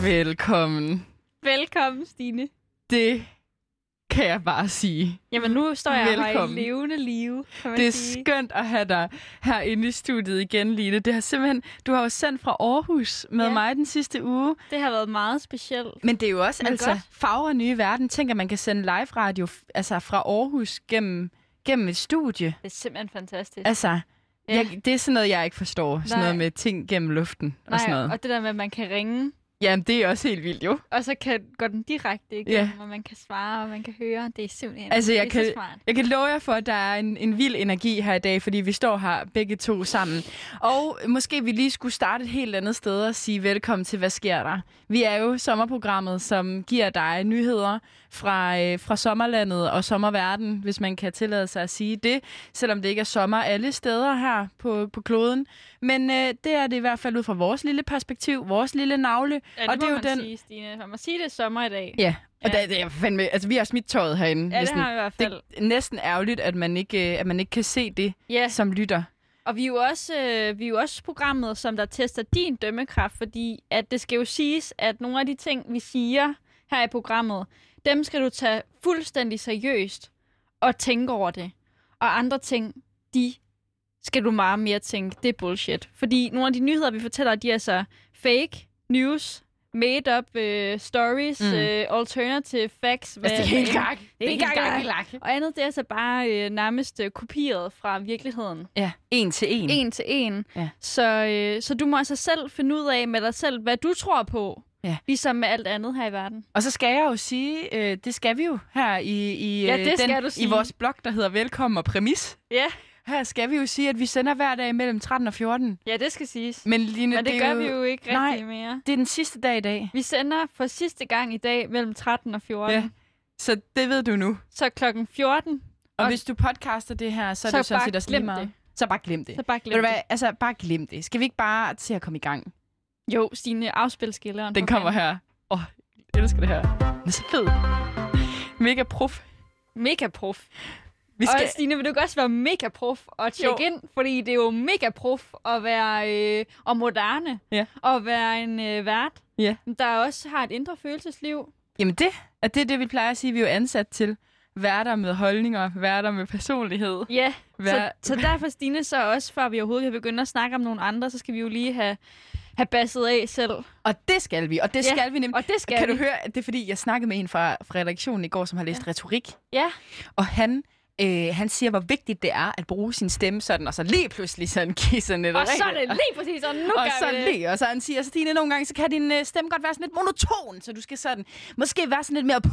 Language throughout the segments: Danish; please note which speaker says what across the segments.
Speaker 1: Velkommen.
Speaker 2: Velkommen, Stine.
Speaker 1: Det kan jeg bare sige.
Speaker 2: Jamen, nu står jeg her i
Speaker 1: Velkommen.
Speaker 2: levende live, kan man
Speaker 1: Det er
Speaker 2: sige.
Speaker 1: skønt at have dig herinde i studiet igen, Line. Det har simpelthen, du har jo sendt fra Aarhus med mig den sidste uge.
Speaker 2: Det har været meget specielt.
Speaker 1: Men det er jo også
Speaker 2: godt.
Speaker 1: farver nye verden. Tænk, at man kan sende live radio fra Aarhus gennem et studie.
Speaker 2: Det er simpelthen fantastisk.
Speaker 1: Altså, det er sådan noget, jeg ikke forstår. Sådan noget med ting gennem luften og sådan noget.
Speaker 2: Og det der med, at man kan ringe,
Speaker 1: Jamen, det er også helt vildt, jo.
Speaker 2: og så går den direkte igennem, og man kan svare, og man kan høre. Det er simpelthen
Speaker 1: Altså,
Speaker 2: det er så smart.
Speaker 1: jeg kan love jer for, at der er en vild energi her i dag, fordi vi står her begge to sammen. Og måske vi lige skulle starte et helt andet sted og sige velkommen til Hvad sker der? Vi er jo sommerprogrammet, som giver dig nyheder fra sommerlandet og sommerverden, hvis man kan tillade sig at sige det, selvom det ikke er sommer alle steder her på kloden. Men det er det i hvert fald ud fra vores lille perspektiv, vores lille navle.
Speaker 2: Ja,
Speaker 1: og
Speaker 2: det må
Speaker 1: er
Speaker 2: man sige, Stine. Man må sige, det er sommer i dag.
Speaker 1: Ja, og det er fandme, altså vi har smidt tøjet herinde.
Speaker 2: Ja, det har vi i hvert fald.
Speaker 1: Det er næsten ærgerligt, at man ikke kan se det som lytter.
Speaker 2: Og vi er jo også programmet, som der tester din dømmekraft, fordi at det skal jo siges, at nogle af de ting, vi siger her i programmet, dem skal du tage fuldstændig seriøst og tænke over det. Og andre ting, de skal du meget mere tænke, det er bullshit. Fordi nogle af de nyheder, vi fortæller, de er så fake news, made-up stories, alternative facts.
Speaker 1: Altså, det er helt gak.
Speaker 2: Det er helt gak. Og andet, det er så bare nærmest kopieret fra virkeligheden.
Speaker 1: Ja, en til en.
Speaker 2: En til en.
Speaker 1: Ja.
Speaker 2: Så du må altså selv finde ud af med dig selv, hvad du tror på.
Speaker 1: Ja.
Speaker 2: Ligesom med alt andet her i verden.
Speaker 1: Og så skal jeg jo sige, det skal vi jo her i vores blog, der hedder Velkommen og Præmis.
Speaker 2: Ja.
Speaker 1: Her skal vi jo sige, at vi sender hver dag mellem 13 og 14.
Speaker 2: Ja, det skal siges.
Speaker 1: Men, Line,
Speaker 2: Men det gør vi jo ikke rigtig mere.
Speaker 1: Det er den sidste dag i dag.
Speaker 2: Vi sender for sidste gang i dag mellem 13 og 14.
Speaker 1: Ja, så det ved du nu.
Speaker 2: Så klokken 14.
Speaker 1: Og hvis du podcaster det her, så er det sådan set også lige meget. Så bare glem det.
Speaker 2: Så bare glem det.
Speaker 1: Altså, bare glem det. Skal vi ikke bare til at komme i gang?
Speaker 2: Jo, Stine, afspilskilleren.
Speaker 1: Den kommer her. Jeg elsker det her. Den er så fed. Mega prof.
Speaker 2: Mega prof. Og Stine, vil du også være mega prof og tjekke ind? Fordi det er jo mega prof at være og moderne.
Speaker 1: Ja.
Speaker 2: Og være en vært, der også har et indre følelsesliv.
Speaker 1: Jamen det er det, vi plejer at sige, vi er jo ansat til. Værter med holdninger, værter med personlighed.
Speaker 2: Ja, så derfor, Stine, så også, før vi overhovedet kan begynde at snakke om nogle andre, så skal vi jo lige have basset af selv.
Speaker 1: Og det skal vi, og det skal vi nemlig.
Speaker 2: Og det skal
Speaker 1: kan du høre, det er fordi, jeg snakkede med en fra redaktionen i går, som har læst retorik.
Speaker 2: Ja.
Speaker 1: Og han siger, hvor vigtigt det er at bruge sin stemme sådan, og så lige pludselig sådan give sådan lidt.
Speaker 2: Og så er det lige præcis sådan, nu gør vi det.
Speaker 1: Og så han siger, Stine, nogle gange, så kan din stemme godt være sådan lidt monoton, så du skal sådan, måske være sådan lidt mere,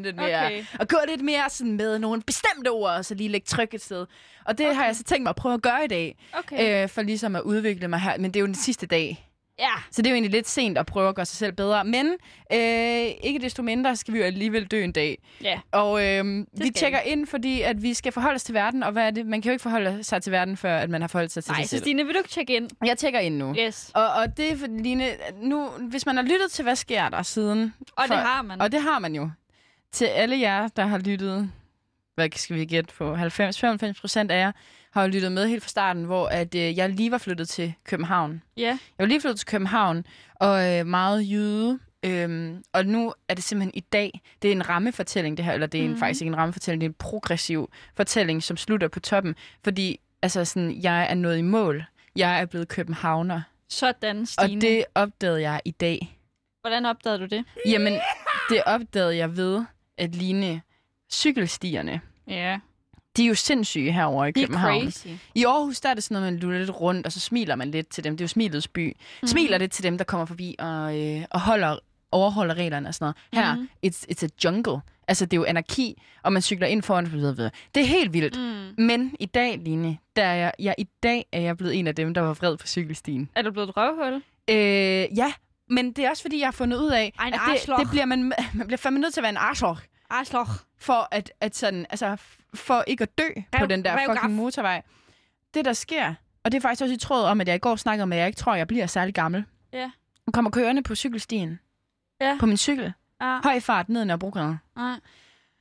Speaker 1: og gå lidt mere sådan med nogle bestemte ord, og så lige lægge tryk et sted. Og det har jeg så tænkt mig at prøve at gøre i dag, for ligesom at udvikle mig her. Men det er jo den sidste dag.
Speaker 2: Ja.
Speaker 1: Så det er jo egentlig lidt sent at prøve at gøre sig selv bedre. Men ikke desto mindre skal vi jo alligevel dø en dag.
Speaker 2: Ja.
Speaker 1: Og vi tjekker ind, fordi at vi skal forholde os til verden. Og hvad er det? Man kan jo ikke forholde sig til verden, før at man har forholdt sig til sig selv.
Speaker 2: Nej, så Stine, vil du ikke tjekke ind?
Speaker 1: Jeg tjekker ind nu.
Speaker 2: Yes.
Speaker 1: Og det er for Line, nu, hvis man har lyttet til, hvad sker der siden?
Speaker 2: Det har man.
Speaker 1: Og det har man jo. Til alle jer, der har lyttet, hvad skal vi gætte på? 95% af jer har jo lyttet med helt fra starten, hvor at, jeg lige var flyttet til København.
Speaker 2: Ja.
Speaker 1: Jeg var lige flyttet til København, og meget jyde. Og nu er det simpelthen i dag, det er en rammefortælling det her, eller det er faktisk ikke en rammefortælling, det er en progressiv fortælling, som slutter på toppen. Fordi altså sådan, jeg er nået i mål. Jeg er blevet københavner.
Speaker 2: Sådan, Stine.
Speaker 1: Og det opdagede jeg i dag.
Speaker 2: Hvordan opdagede du det?
Speaker 1: Jamen, det opdagede jeg ved at ligne cykelstierne.
Speaker 2: Ja.
Speaker 1: De er jo sindssyge herovre i København.
Speaker 2: Crazy.
Speaker 1: I Aarhus, der er det sådan noget, man luller lidt rundt, og så smiler man lidt til dem. Det er jo smilets by. Smiler lidt til dem, der kommer forbi og overholder reglerne og sådan noget. Her, it's a jungle. Altså, det er jo anarki, og man cykler ind foran. Det er helt vildt. Men i dag, Line, i dag er jeg blevet en af dem, der var vred på cykelstien.
Speaker 2: Er du blevet et røvhul?
Speaker 1: Ja, men det er også, fordi jeg har fundet ud af, at det bliver man bliver fandme nødt til at være en arschloch. For at sådan, altså, for ikke at dø på den der fucking motorvej. Det, der sker, og det er faktisk også i tråd om, at jeg i går snakkede om, at jeg ikke tror, jeg bliver særlig gammel.
Speaker 2: Ja.
Speaker 1: Jeg kommer kørende på cykelstien.
Speaker 2: Ja.
Speaker 1: På min cykel. Høj fart ned i Nørrebrogade.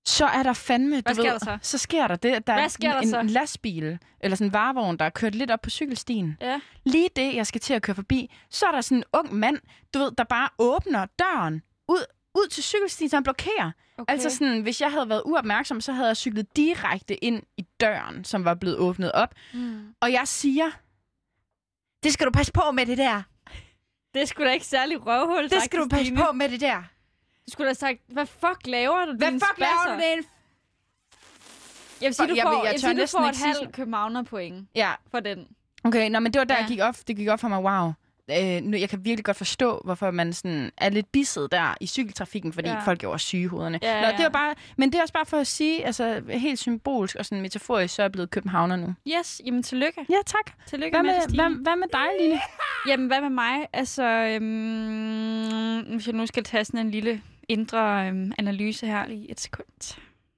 Speaker 1: så er der fandme...
Speaker 2: Hvad sker der så?
Speaker 1: Så sker der det, der
Speaker 2: Hvad
Speaker 1: er
Speaker 2: sker der
Speaker 1: en
Speaker 2: så?
Speaker 1: lastbil, eller sådan en varevogn, der er kørt lidt op på cykelstien.
Speaker 2: Ja.
Speaker 1: Lige det, jeg skal til at køre forbi, så er der sådan en ung mand, der bare åbner døren ud til cykelstien, så han blokerer.
Speaker 2: Okay.
Speaker 1: Altså sådan, hvis jeg havde været uopmærksom, så havde jeg cyklet direkte ind i døren, som var blevet åbnet op. Og jeg siger, det skal du passe på med det der.
Speaker 2: Det er sgu da ikke særlig røvhul,
Speaker 1: Det skal du passe på med det der.
Speaker 2: Du skulle da have sagt, hvad fuck laver du?
Speaker 1: Hvad fuck laver du det?
Speaker 2: Jeg vil sige, du får et
Speaker 1: sige
Speaker 2: halvt københavnerpoint
Speaker 1: Ja.
Speaker 2: for den.
Speaker 1: Okay, men det var der, det gik op for mig, wow. Nu, jeg kan virkelig godt forstå, hvorfor man sådan er lidt bisset der i cykeltrafikken, fordi folk er jo også syge i hovederne. Det var bare, men det er også bare for at sige, altså helt symbolsk og sådan metaforisk, så er jeg blevet københavner nu.
Speaker 2: Yes, jamen tillykke.
Speaker 1: Ja, tak.
Speaker 2: Tillykke med det, Stine.
Speaker 1: Hvad med dig, Line?
Speaker 2: Jamen, hvad med mig? Altså, hvis jeg nu skal tage sådan en lille indre analyse her lige et sekund.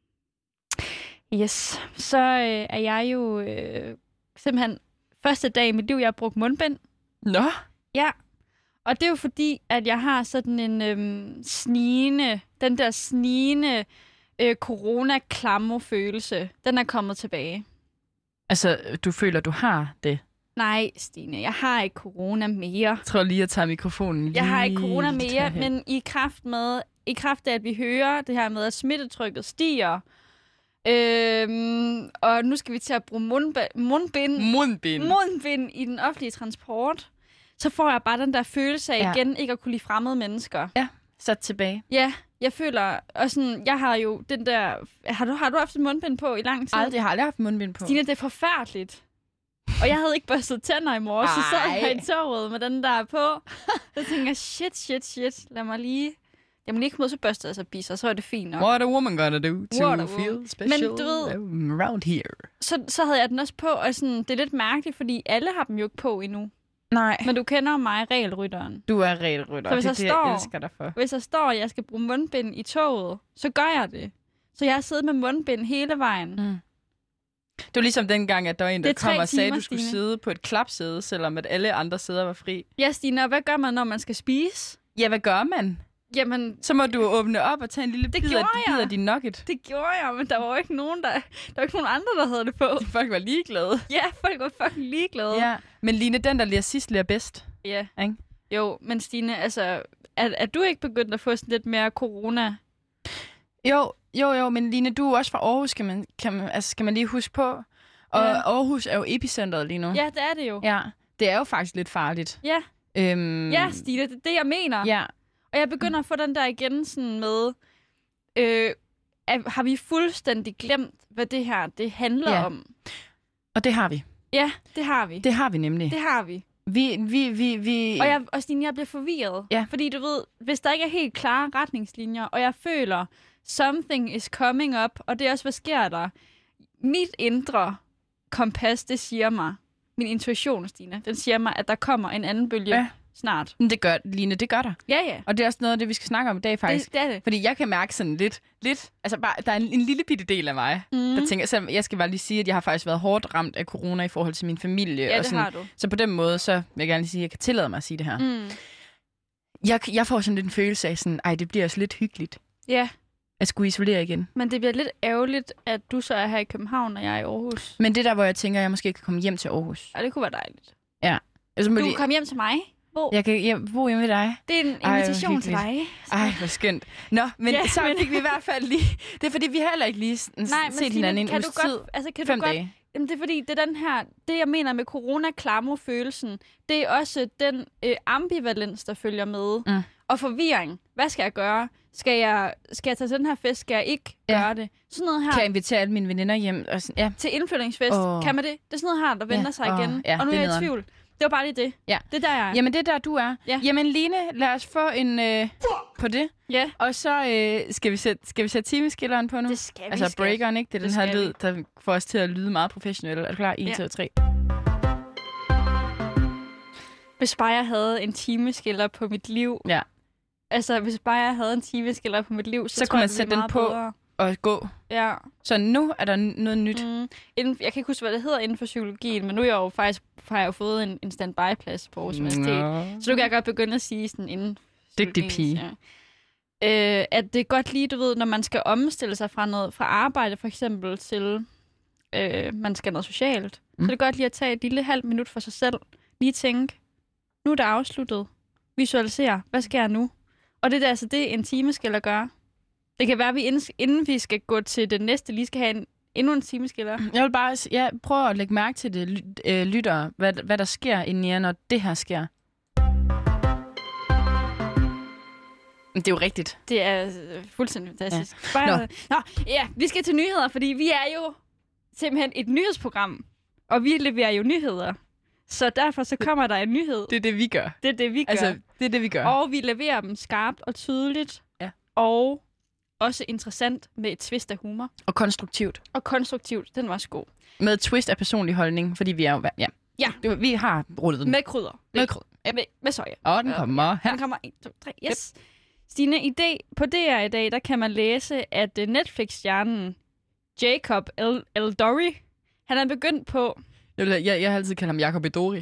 Speaker 2: Yes, så er jeg jo simpelthen første dag i mit liv, jeg har brugt mundbind.
Speaker 1: Nå?
Speaker 2: Ja, og det er jo fordi, at jeg har sådan en den der snigende corona-klammer-følelse, den er kommet tilbage.
Speaker 1: Altså, du føler, du har det?
Speaker 2: Nej, Stine, jeg har ikke corona mere.
Speaker 1: Jeg tror lige, jeg tager mikrofonen lige.
Speaker 2: Jeg har ikke corona mere, men i kraft af, at vi hører det her med, at smittetrykket stiger, og nu skal vi til at bruge mundbind i den offentlige transport, så får jeg bare den der følelse af igen ikke at kunne lide fremmede mennesker.
Speaker 1: Ja, sat tilbage.
Speaker 2: Ja, jeg føler, og sådan, jeg har jo den der... Har du haft en mundbind på i lang tid?
Speaker 1: Jeg har aldrig haft mundbind på.
Speaker 2: Stine, det er forfærdeligt. Og jeg havde ikke børstet tænder i morges, så sad jeg i toget med den der på. Så tænkte jeg, shit, lad mig lige... Jeg må lige komme ud, så børste jeg så biser, så er det fint nok.
Speaker 1: What a woman gonna do to feel special around here?
Speaker 2: Så havde jeg den også på, og sådan, det er lidt mærkeligt, fordi alle har dem jo ikke på endnu.
Speaker 1: Nej.
Speaker 2: Men du kender mig, regelrytteren.
Speaker 1: Du er regelrytter,
Speaker 2: så hvis
Speaker 1: det jeg elsker dig for.
Speaker 2: Hvis jeg står, og jeg skal bruge mundbind i toget, så gør jeg det. Så jeg har siddet med mundbind hele vejen.
Speaker 1: Det var ligesom dengang, at der var en, der kom og sagde, at du skulle
Speaker 2: Stine.
Speaker 1: sidde på et klapsæde, selvom at alle andre sæder var fri.
Speaker 2: Ja, Stine, og hvad gør man, når man skal spise?
Speaker 1: Ja, hvad gør man?
Speaker 2: Jamen,
Speaker 1: så må du åbne op og tage en lille bid af din nugget.
Speaker 2: Det gjorde jeg, men der var jo ikke nogen, der var ikke nogen andre, der havde det på.
Speaker 1: Folk var ligeglade.
Speaker 2: Ja, folk var fucking ligeglade.
Speaker 1: Ja, men Line, den der lærer sidst, lærer bedst.
Speaker 2: Ja.
Speaker 1: Ikke?
Speaker 2: Jo, men Stine, altså, er du ikke begyndt at få sådan lidt mere corona?
Speaker 1: Jo, men Line, du er også fra Aarhus, skal man lige huske på. Og Aarhus er jo epicentret lige nu.
Speaker 2: Ja, det er det jo.
Speaker 1: Ja, det er jo faktisk lidt farligt.
Speaker 2: Ja. Ja, Stine, det er det, jeg mener.
Speaker 1: Ja.
Speaker 2: Og jeg begynder at få den der igen sådan med, har vi fuldstændig glemt, hvad det her det handler om?
Speaker 1: Og det har vi.
Speaker 2: Ja, det har vi.
Speaker 1: Det har vi nemlig.
Speaker 2: Det har vi.
Speaker 1: Vi...
Speaker 2: Og Stine, jeg bliver forvirret.
Speaker 1: Ja.
Speaker 2: Fordi du ved, hvis der ikke er helt klare retningslinjer, og jeg føler, something is coming up, og det er også, hvad sker der? Mit indre kompas, det siger mig, min intuition, Stine, den siger mig, at der kommer en anden bølge snart.
Speaker 1: Det gør, Line, det gør der.
Speaker 2: Ja.
Speaker 1: Og det er også noget af det, vi skal snakke om i dag, faktisk.
Speaker 2: Det er det.
Speaker 1: Fordi jeg kan mærke sådan lidt altså bare, der er en lille bitte del af mig, der tænker, så jeg skal bare lige sige, at jeg har faktisk været hårdt ramt af corona i forhold til min familie.
Speaker 2: Ja,
Speaker 1: og sådan,
Speaker 2: det har du.
Speaker 1: Så på den måde, så vil jeg gerne lige sige, at jeg kan tillade mig at sige det her. Jeg får sådan lidt en følelse af sådan, det bliver også lidt hyggeligt.
Speaker 2: Ja.
Speaker 1: At skulle isolere igen.
Speaker 2: Men det bliver lidt ærgerligt, at du så er her i København, og jeg er i Aarhus.
Speaker 1: Men det der, hvor jeg tænker, at jeg måske kan komme hjem til Aarhus.
Speaker 2: Ja, det kunne være dejligt.
Speaker 1: Ja. Altså,
Speaker 2: du kan komme hjem til mig.
Speaker 1: Jeg kan bo hjemme ved dig.
Speaker 2: Det er en invitation til dig.
Speaker 1: Ej, hvor skønt. Nå, men så fik vi i hvert fald lige... Det er fordi, vi har heller ikke lige set hinanden en uges tid.
Speaker 2: Kan
Speaker 1: 5
Speaker 2: du godt,
Speaker 1: dage.
Speaker 2: Jamen, det er fordi, det er den her... Det, jeg mener med corona-klammer-følelsen, det er også den ambivalens, der følger med. Og forvirring. Hvad skal jeg gøre? Skal jeg tage til den her fest? Skal jeg ikke gøre det? Sådan noget her...
Speaker 1: Kan jeg invitere alle mine veninder hjem? Og sådan,
Speaker 2: til indflytningsfest? Kan man det? Det er sådan noget her, der venter sig igen. Og nu er jeg i tvivl. Det var bare lige det.
Speaker 1: Ja.
Speaker 2: Det er der, jeg er.
Speaker 1: Jamen, det er der, du er. Ja. Jamen, Line, lad os få en på det.
Speaker 2: Ja.
Speaker 1: Og så skal vi sætte timeskilleren på nu?
Speaker 2: Det skal vi.
Speaker 1: Altså breakeren, ikke? Det er den her lyd, der får os til at lyde meget professionelt. Er du klar? 1, 2, 3.
Speaker 2: Hvis bare jeg havde en timeskiller på mit liv...
Speaker 1: Ja.
Speaker 2: Altså, hvis bare jeg havde en timeskiller på mit liv, så
Speaker 1: kunne man sætte den på
Speaker 2: bedre.
Speaker 1: Og gå.
Speaker 2: Ja.
Speaker 1: Så nu er der noget nyt.
Speaker 2: Jeg kan ikke huske, hvad det hedder inden for psykologien, men nu er jeg jo faktisk, har jeg jo fået en standby-plads på Aarhus Universitet. Så nu kan jeg godt begynde at sige sådan inden.
Speaker 1: Dygtig pige.
Speaker 2: at det er godt lige, du ved, når man skal omstille sig fra arbejde for eksempel til, man skal noget socialt. Så det er godt lige at tage et lille halvt minut for sig selv. Lige tænke, nu er det afsluttet. Visualisere, hvad sker jeg nu? Og det er altså det, en timeskiller gør. Det kan være, at vi inden vi skal gå til det næste, lige skal have endnu en timeskiller.
Speaker 1: Jeg vil bare prøve at lægge mærke til det, lyttere, hvad der sker inde i jer, når det her sker. Det er jo rigtigt.
Speaker 2: Det er fuldstændig fantastisk. Ja. Nå, ja, vi skal til nyheder, fordi vi er jo simpelthen et nyhedsprogram, og vi leverer jo nyheder. Så derfor så kommer der en nyhed.
Speaker 1: Det er det, vi gør.
Speaker 2: Det er det, vi gør.
Speaker 1: Altså, det er det, vi gør.
Speaker 2: Og vi leverer dem skarpt og tydeligt.
Speaker 1: Ja.
Speaker 2: Og også interessant med et twist af humor.
Speaker 1: Og konstruktivt.
Speaker 2: Og konstruktivt. Den var så god.
Speaker 1: Med et twist af personlig holdning, fordi vi er jo... Ja. Vi har rullet den.
Speaker 2: Med krydder. Med soja.
Speaker 1: Og den kommer her.
Speaker 2: Den kommer 1, 2, 3. Yes. Yep. Stine, på DR i dag, der kan man læse, at Netflix-stjernen Jacob Elordi, han er begyndt på...
Speaker 1: Jeg har altid kaldt ham Jacob Elordi.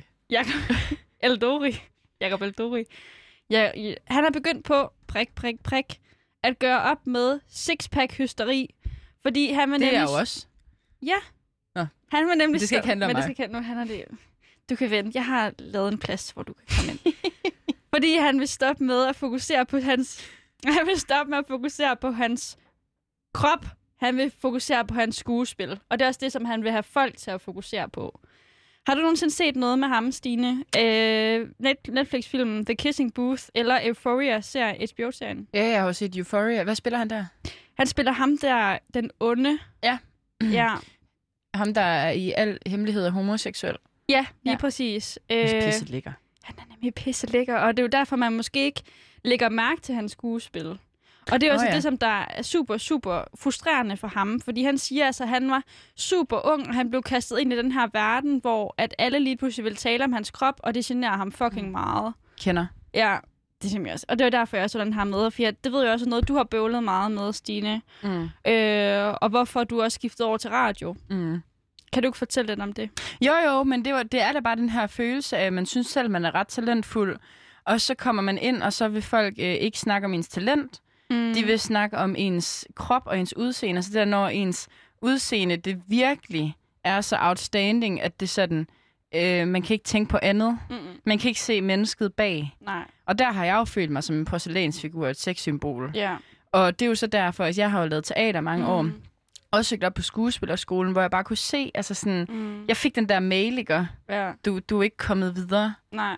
Speaker 2: Jacob Elordi. Ja, han er begyndt på at gøre op med sixpack-hysteri, fordi han vil
Speaker 1: det
Speaker 2: nemlig...
Speaker 1: er jo også.
Speaker 2: Ja.
Speaker 1: Nå.
Speaker 2: Han vil nemlig...
Speaker 1: Det skal ikke handle om mig.
Speaker 2: Det skal ikke handle om, han er det... Du kan vente. Jeg har lavet en plads, hvor du kan komme ind. Fordi han vil stoppe med at fokusere på hans... Han vil stoppe med at fokusere på hans krop. Han vil fokusere på hans skuespil. Og det er også det, som han vil have folk til at fokusere på. Har du nogensinde set noget med ham, Stine? Netflix-filmen The Kissing Booth eller Euphoria-HBO-serien?
Speaker 1: Ja, jeg har også set Euphoria. Hvad spiller han der?
Speaker 2: Han spiller ham der, den onde.
Speaker 1: Ja.
Speaker 2: Ja.
Speaker 1: Ham, der er i al hemmelighed homoseksuel.
Speaker 2: Ja, lige præcis.
Speaker 1: Han er pisse lækker.
Speaker 2: Han er nemlig pisse lækker, og det er jo derfor, man måske ikke lægger mærke til hans skuespil. Og det er også det, som der er super, super frustrerende for ham, fordi han siger, altså, at han var super ung, og han blev kastet ind i den her verden, hvor at alle lige pludselig vil tale om hans krop, og det generer ham fucking meget.
Speaker 1: Kender.
Speaker 2: Ja, det er også. Og det var derfor, jeg også den her med, for det ved jeg også noget, du har bøvlet meget med, Stine. Og hvorfor du også skiftet over til radio. Kan du ikke fortælle lidt om det?
Speaker 1: Jo, men det er da bare den her følelse af, at man synes selv, man er ret talentfuld, og så kommer man ind, og så vil folk ikke snakke om ens talent. De vil snakke om ens krop og ens udseende. Så der, når ens udseende, det virkelig er så outstanding, at det sådan, man kan ikke tænke på andet. Man kan ikke se mennesket bag.
Speaker 2: Nej.
Speaker 1: Og der har jeg jo følt mig som en porcelænsfigur, et sexsymbol.
Speaker 2: Ja.
Speaker 1: Og det er jo så derfor, at jeg har jo lavet teater mange år. Også søgt op på skuespillerskolen, hvor jeg bare kunne se, altså sådan, jeg fik den der mail, ikke?
Speaker 2: Ja.
Speaker 1: Du er ikke kommet videre.
Speaker 2: Nej.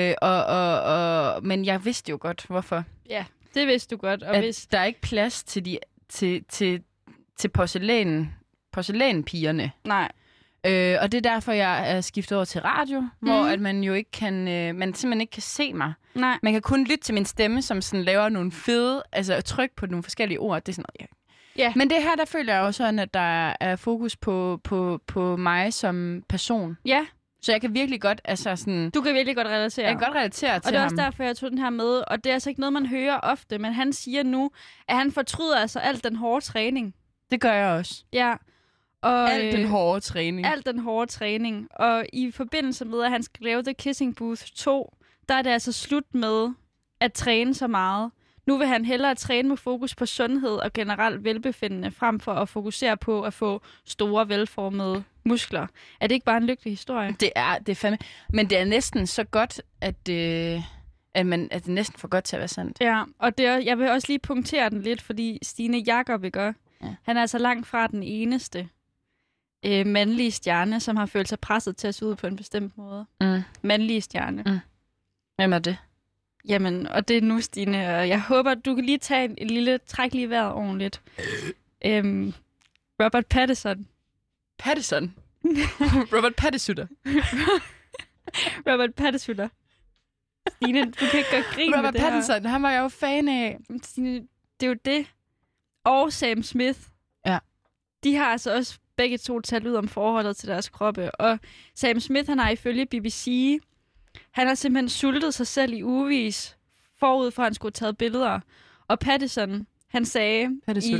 Speaker 1: Men jeg vidste jo godt, hvorfor.
Speaker 2: Ja, det vidste du godt. Og
Speaker 1: at der er ikke plads til til porcelænpigerne.
Speaker 2: Nej.
Speaker 1: Og det er derfor, jeg er skiftet over til radio, hvor at man jo ikke kan, man simpelthen ikke kan se mig.
Speaker 2: Nej.
Speaker 1: Man kan kun lytte til min stemme, som sådan laver nogle fede, altså tryk på nogle forskellige ord. Det er sådan noget,
Speaker 2: Ja.
Speaker 1: Men det her, der føler jeg også sådan, at der er fokus på mig som person.
Speaker 2: Ja.
Speaker 1: Så jeg kan virkelig godt, altså sådan...
Speaker 2: Du kan virkelig godt relatere.
Speaker 1: Jeg kan godt relatere til ham.
Speaker 2: Og det er også derfor, jeg tog den her med. Og det er altså ikke noget, man hører ofte. Men han siger nu, at han fortryder altså alt den hårde træning.
Speaker 1: Det gør jeg også.
Speaker 2: Ja. Og,
Speaker 1: alt den hårde træning.
Speaker 2: Alt den hårde træning. Og i forbindelse med, at han skal lave The Kissing Booth 2, der er det altså slut med at træne så meget. Nu vil han hellere træne med fokus på sundhed og generelt velbefindende, frem for at fokusere på at få store, velformede muskler. Er det ikke bare en lykkelig historie?
Speaker 1: Det er fandme. Men det er næsten så godt, at det er næsten for godt til at være sandt.
Speaker 2: Ja, og jeg vil også lige punktere den lidt, fordi Stine Jakob, ikke? Ja. Han er altså langt fra den eneste mandlige stjerne, som har følt sig presset til at se ud på en bestemt måde. Mandlige stjerne.
Speaker 1: Hvem er det?
Speaker 2: Jamen, og det er nu, Stine, og jeg håber, du kan lige tage en lille træk lige vejret ordentligt. Robert Pattinson.
Speaker 1: Pattinson? Robert Pattinson.
Speaker 2: Robert Pattinson. Stine, du kan ikke gøre grin med
Speaker 1: Robert
Speaker 2: det
Speaker 1: Pattinson, han var jeg jo fan af.
Speaker 2: Stine, det er jo det. Og Sam Smith.
Speaker 1: Ja.
Speaker 2: De har altså også begge to talt ud om forholdet til deres kroppe. Og Sam Smith, han har ifølge BBC... Han har simpelthen sultet sig selv i ugevis, forud for, at han skulle have taget billeder. Og Pattinson, han sagde...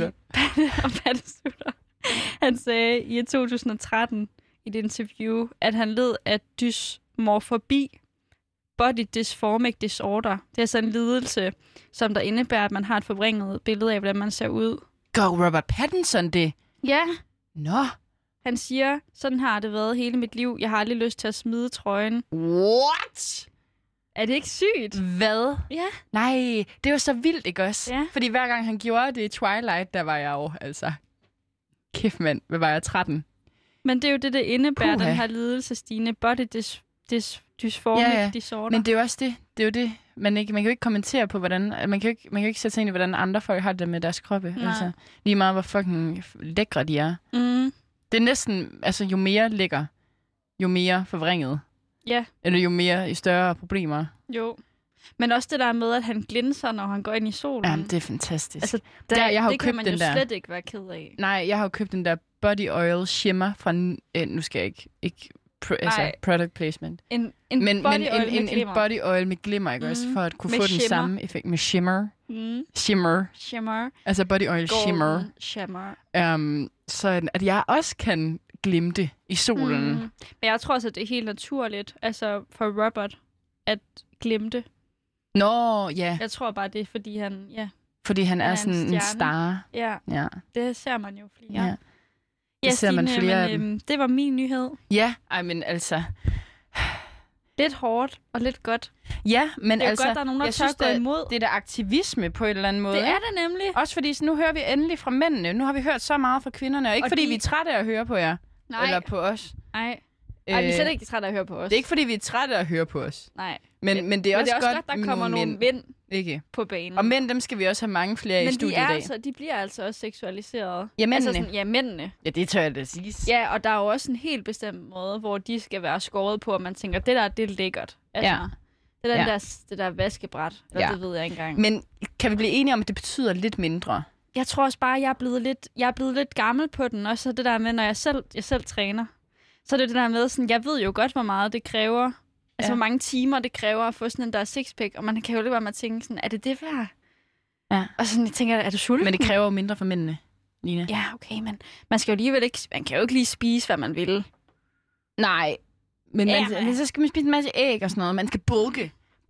Speaker 2: Han sagde i 2013 i et interview, at han led af dysmorfobi. body dysphoric disorder. Det er sådan en lidelse, som der indebærer, at man har et forvrænget billede af, hvordan man ser ud.
Speaker 1: Go Robert Pattinson det?
Speaker 2: Ja.
Speaker 1: Nå.
Speaker 2: Han siger, sådan har det været hele mit liv. Jeg har aldrig lyst til at smide trøjen.
Speaker 1: What?
Speaker 2: Er det ikke sygt?
Speaker 1: Hvad?
Speaker 2: Ja.
Speaker 1: Nej, det var så vildt, ikke også?
Speaker 2: Ja.
Speaker 1: Fordi hver gang han gjorde det i Twilight, der var jeg jo, altså... Kæft mand, hvad var jeg, 13?
Speaker 2: Men det er jo det indebærer,
Speaker 1: Puha.
Speaker 2: den her lidelse, Stine. Body dysphoric disorder.
Speaker 1: Men det er jo også det. Det er jo det. Man kan jo ikke kommentere på, hvordan... Man kan jo ikke sætte sig ind i, hvordan andre folk har det med deres kroppe.
Speaker 2: Nej.
Speaker 1: Altså, lige meget, hvor fucking lækre de er.
Speaker 2: Mm.
Speaker 1: Det er næsten... Altså, jo mere lækker, jo mere forvrænget.
Speaker 2: Ja.
Speaker 1: Eller jo større problemer.
Speaker 2: Jo. Men også det der med, at han glinser, når han går ind i solen.
Speaker 1: Jamen, det er fantastisk.
Speaker 2: Altså,
Speaker 1: jeg har
Speaker 2: det
Speaker 1: købt
Speaker 2: kan man
Speaker 1: den
Speaker 2: jo
Speaker 1: der.
Speaker 2: slet ikke være ked af.
Speaker 1: Nej, jeg har jo købt den der body oil shimmer fra... nu skal jeg ikke product placement.
Speaker 2: En
Speaker 1: Men
Speaker 2: body oil med
Speaker 1: en
Speaker 2: glimmer.
Speaker 1: body oil med glimmer, ikke også? For at kunne
Speaker 2: Med
Speaker 1: få den
Speaker 2: shimmer.
Speaker 1: samme effekt med shimmer.
Speaker 2: Shimmer.
Speaker 1: Altså body oil
Speaker 2: Golden shimmer.
Speaker 1: Så at jeg også kan glimte i solen.
Speaker 2: Men jeg tror også, at det er helt naturligt, altså for Robert, at glimte.
Speaker 1: Nå, ja.
Speaker 2: Jeg tror bare, det er, fordi han,
Speaker 1: Fordi han er
Speaker 2: en
Speaker 1: sådan en
Speaker 2: stjerne.
Speaker 1: star.
Speaker 2: Ja,
Speaker 1: Ja.
Speaker 2: det ser man jo flere.
Speaker 1: Ja. Det ser man
Speaker 2: Stine,
Speaker 1: flere af
Speaker 2: men,
Speaker 1: dem.
Speaker 2: det var min nyhed.
Speaker 1: Ja, men altså...
Speaker 2: Lidt hårdt og lidt godt.
Speaker 1: Ja, men
Speaker 2: Det er jo
Speaker 1: altså...
Speaker 2: godt, der er nogen, der
Speaker 1: jeg
Speaker 2: tør
Speaker 1: synes,
Speaker 2: gå imod.
Speaker 1: det er der aktivisme på en eller anden måde.
Speaker 2: Det er
Speaker 1: ikke?
Speaker 2: det nemlig.
Speaker 1: Også fordi så nu hører vi endelig fra mændene. Nu har vi hørt så meget fra kvinderne. Og ikke
Speaker 2: Og
Speaker 1: fordi
Speaker 2: de-
Speaker 1: vi er trætte af at høre på jer.
Speaker 2: Nej,
Speaker 1: Eller på os.
Speaker 2: nej. Ej, vi er slet ikke trætte af at høre på os.
Speaker 1: Det er ikke fordi vi er trætte af at høre på os.
Speaker 2: Nej.
Speaker 1: Men det er også godt,
Speaker 2: der kommer nogle mænd
Speaker 1: Ikke?
Speaker 2: på banen.
Speaker 1: Og mænd, dem skal vi også have mange flere i
Speaker 2: Men
Speaker 1: studiet i dag.
Speaker 2: de bliver altså også seksualiseret.
Speaker 1: Ja, mændene.
Speaker 2: Altså sådan, mændene.
Speaker 1: Ja, det tør jeg da sige.
Speaker 2: Ja, og der er jo også en helt bestemt måde, hvor de skal være skåret på, og man tænker, det der, det er lækkert. Altså,
Speaker 1: Ja.
Speaker 2: det er
Speaker 1: Ja.
Speaker 2: det der vaskebræt, eller
Speaker 1: Ja.
Speaker 2: det ved jeg ikke engang.
Speaker 1: Men kan vi blive enige om, at det betyder lidt mindre?
Speaker 2: Jeg tror også bare, at jeg er blevet lidt gammel på den. Også det der med, når jeg selv træner. Så er det det der med, sådan, jeg ved jo godt, hvor meget det kræver. Altså, hvor mange timer det kræver at få sådan en der sixpack. Og man kan jo lidt være med at tænke sådan, er det værd?
Speaker 1: Ja.
Speaker 2: Og sådan, jeg tænker, er du sulten?
Speaker 1: Men det kræver jo mindre for mændene, Line.
Speaker 2: Ja, okay, men man skal jo alligevel ikke, man kan jo ikke lige spise, hvad man vil.
Speaker 1: Nej. Men
Speaker 2: Ja.
Speaker 1: så skal man spise en masse æg og sådan noget. Man skal bulke.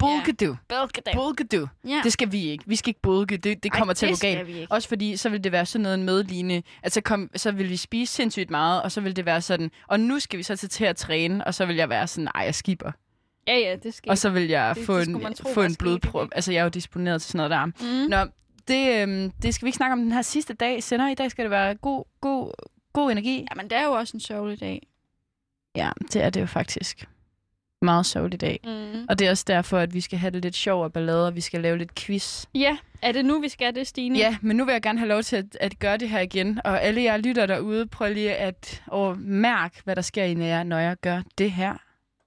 Speaker 1: Bulke du.
Speaker 2: Ja.
Speaker 1: Det skal vi ikke. Vi skal ikke bulke. Det kommer til at gå galt. Også fordi, så vil det være sådan noget med, Line. Altså, så vil vi spise sindssygt meget, og så vil det være sådan, og nu skal vi så til at træne, og så vil jeg være sådan, ej, jeg skipper.
Speaker 2: Ja, det skal
Speaker 1: Og så vil jeg
Speaker 2: det
Speaker 1: få
Speaker 2: skulle man tro
Speaker 1: få
Speaker 2: var
Speaker 1: en blodprøve.
Speaker 2: sket.
Speaker 1: Altså, jeg er jo disponeret til sådan noget der. Nå, det skal vi ikke snakke om den her sidste dag. Sender i dag skal det være god energi.
Speaker 2: Jamen, det er jo også en sørgelig dag.
Speaker 1: Ja, det er det jo faktisk. Meget sørgelig dag. Og det er også derfor, at vi skal have det lidt sjov og ballade, og vi skal lave lidt quiz.
Speaker 2: Ja, er det nu, vi skal det, Stine?
Speaker 1: Ja, men nu vil jeg gerne have lov til at gøre det her igen. Og alle jer lytter derude, prøv lige at mærke, hvad der sker i jer, når jeg gør det her.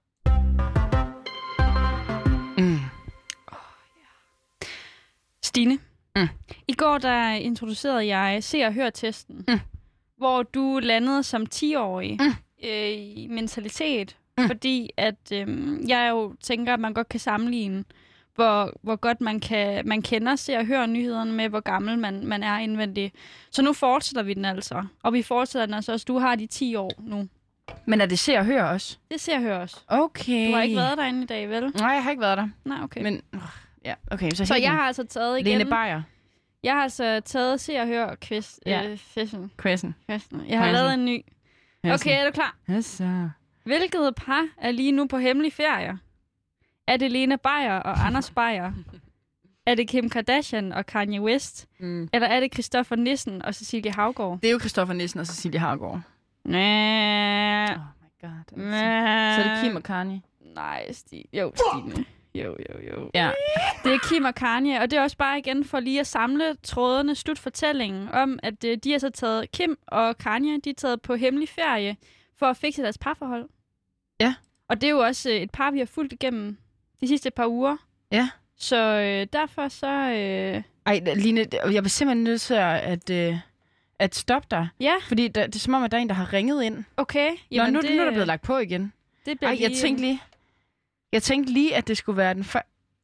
Speaker 2: Stine, i går der introducerede jeg Se og Hør-testen, hvor du landede som 10-årig i mentalitet, fordi at jeg jo tænker, at man godt kan sammenligne, hvor godt man kender Se og Hør nyhederne med, hvor gammel man er indvendigt. Så nu fortsætter vi den altså, og vi fortsætter den altså også. Du har de 10 år nu.
Speaker 1: Men er det Se og Hør også?
Speaker 2: Det ser jeg høre også.
Speaker 1: Okay.
Speaker 2: Du har ikke været derinde i dag, vel?
Speaker 1: Nej, jeg har ikke været der.
Speaker 2: Nej, okay.
Speaker 1: Men, ja, okay.
Speaker 2: Så jeg har altså taget igen...
Speaker 1: Lene Beyer.
Speaker 2: Jeg har altså taget Se og Hør quiz.
Speaker 1: Quizzen.
Speaker 2: Jeg har lavet en ny. Okay, er du klar?
Speaker 1: Yes,
Speaker 2: Hvilket par er lige nu på hemmelig ferie? Er det Lene Beyer og Anders Beyer? Er det Kim Kardashian og Kanye West? Eller er det Christoffer Nissen og Cecilie Havgård?
Speaker 1: Det er jo Christoffer Nissen og Cecilie Havgård.
Speaker 2: Næh.
Speaker 1: Oh my god. Så er det Kim og Kanye.
Speaker 2: Nej, Stine. Jo.
Speaker 1: Ja.
Speaker 2: Det er Kim og Kanye, og det er også bare igen for lige at samle trådene, slut fortællingen om, at de har så taget Kim og Kanye, de er taget på hemmelig ferie for at fikse deres parforhold.
Speaker 1: Ja.
Speaker 2: Og det er jo også et par, vi har fulgt igennem de sidste par uger.
Speaker 1: Ja.
Speaker 2: Så derfor så...
Speaker 1: Ej, Line, jeg vil simpelthen nødt til at stoppe dig.
Speaker 2: Ja.
Speaker 1: Fordi det er som om, at der er en, der har ringet ind.
Speaker 2: Okay.
Speaker 1: Jamen, nu er der blevet lagt på igen.
Speaker 2: Det bliver
Speaker 1: Ej, jeg tænkte lige, at det skulle være den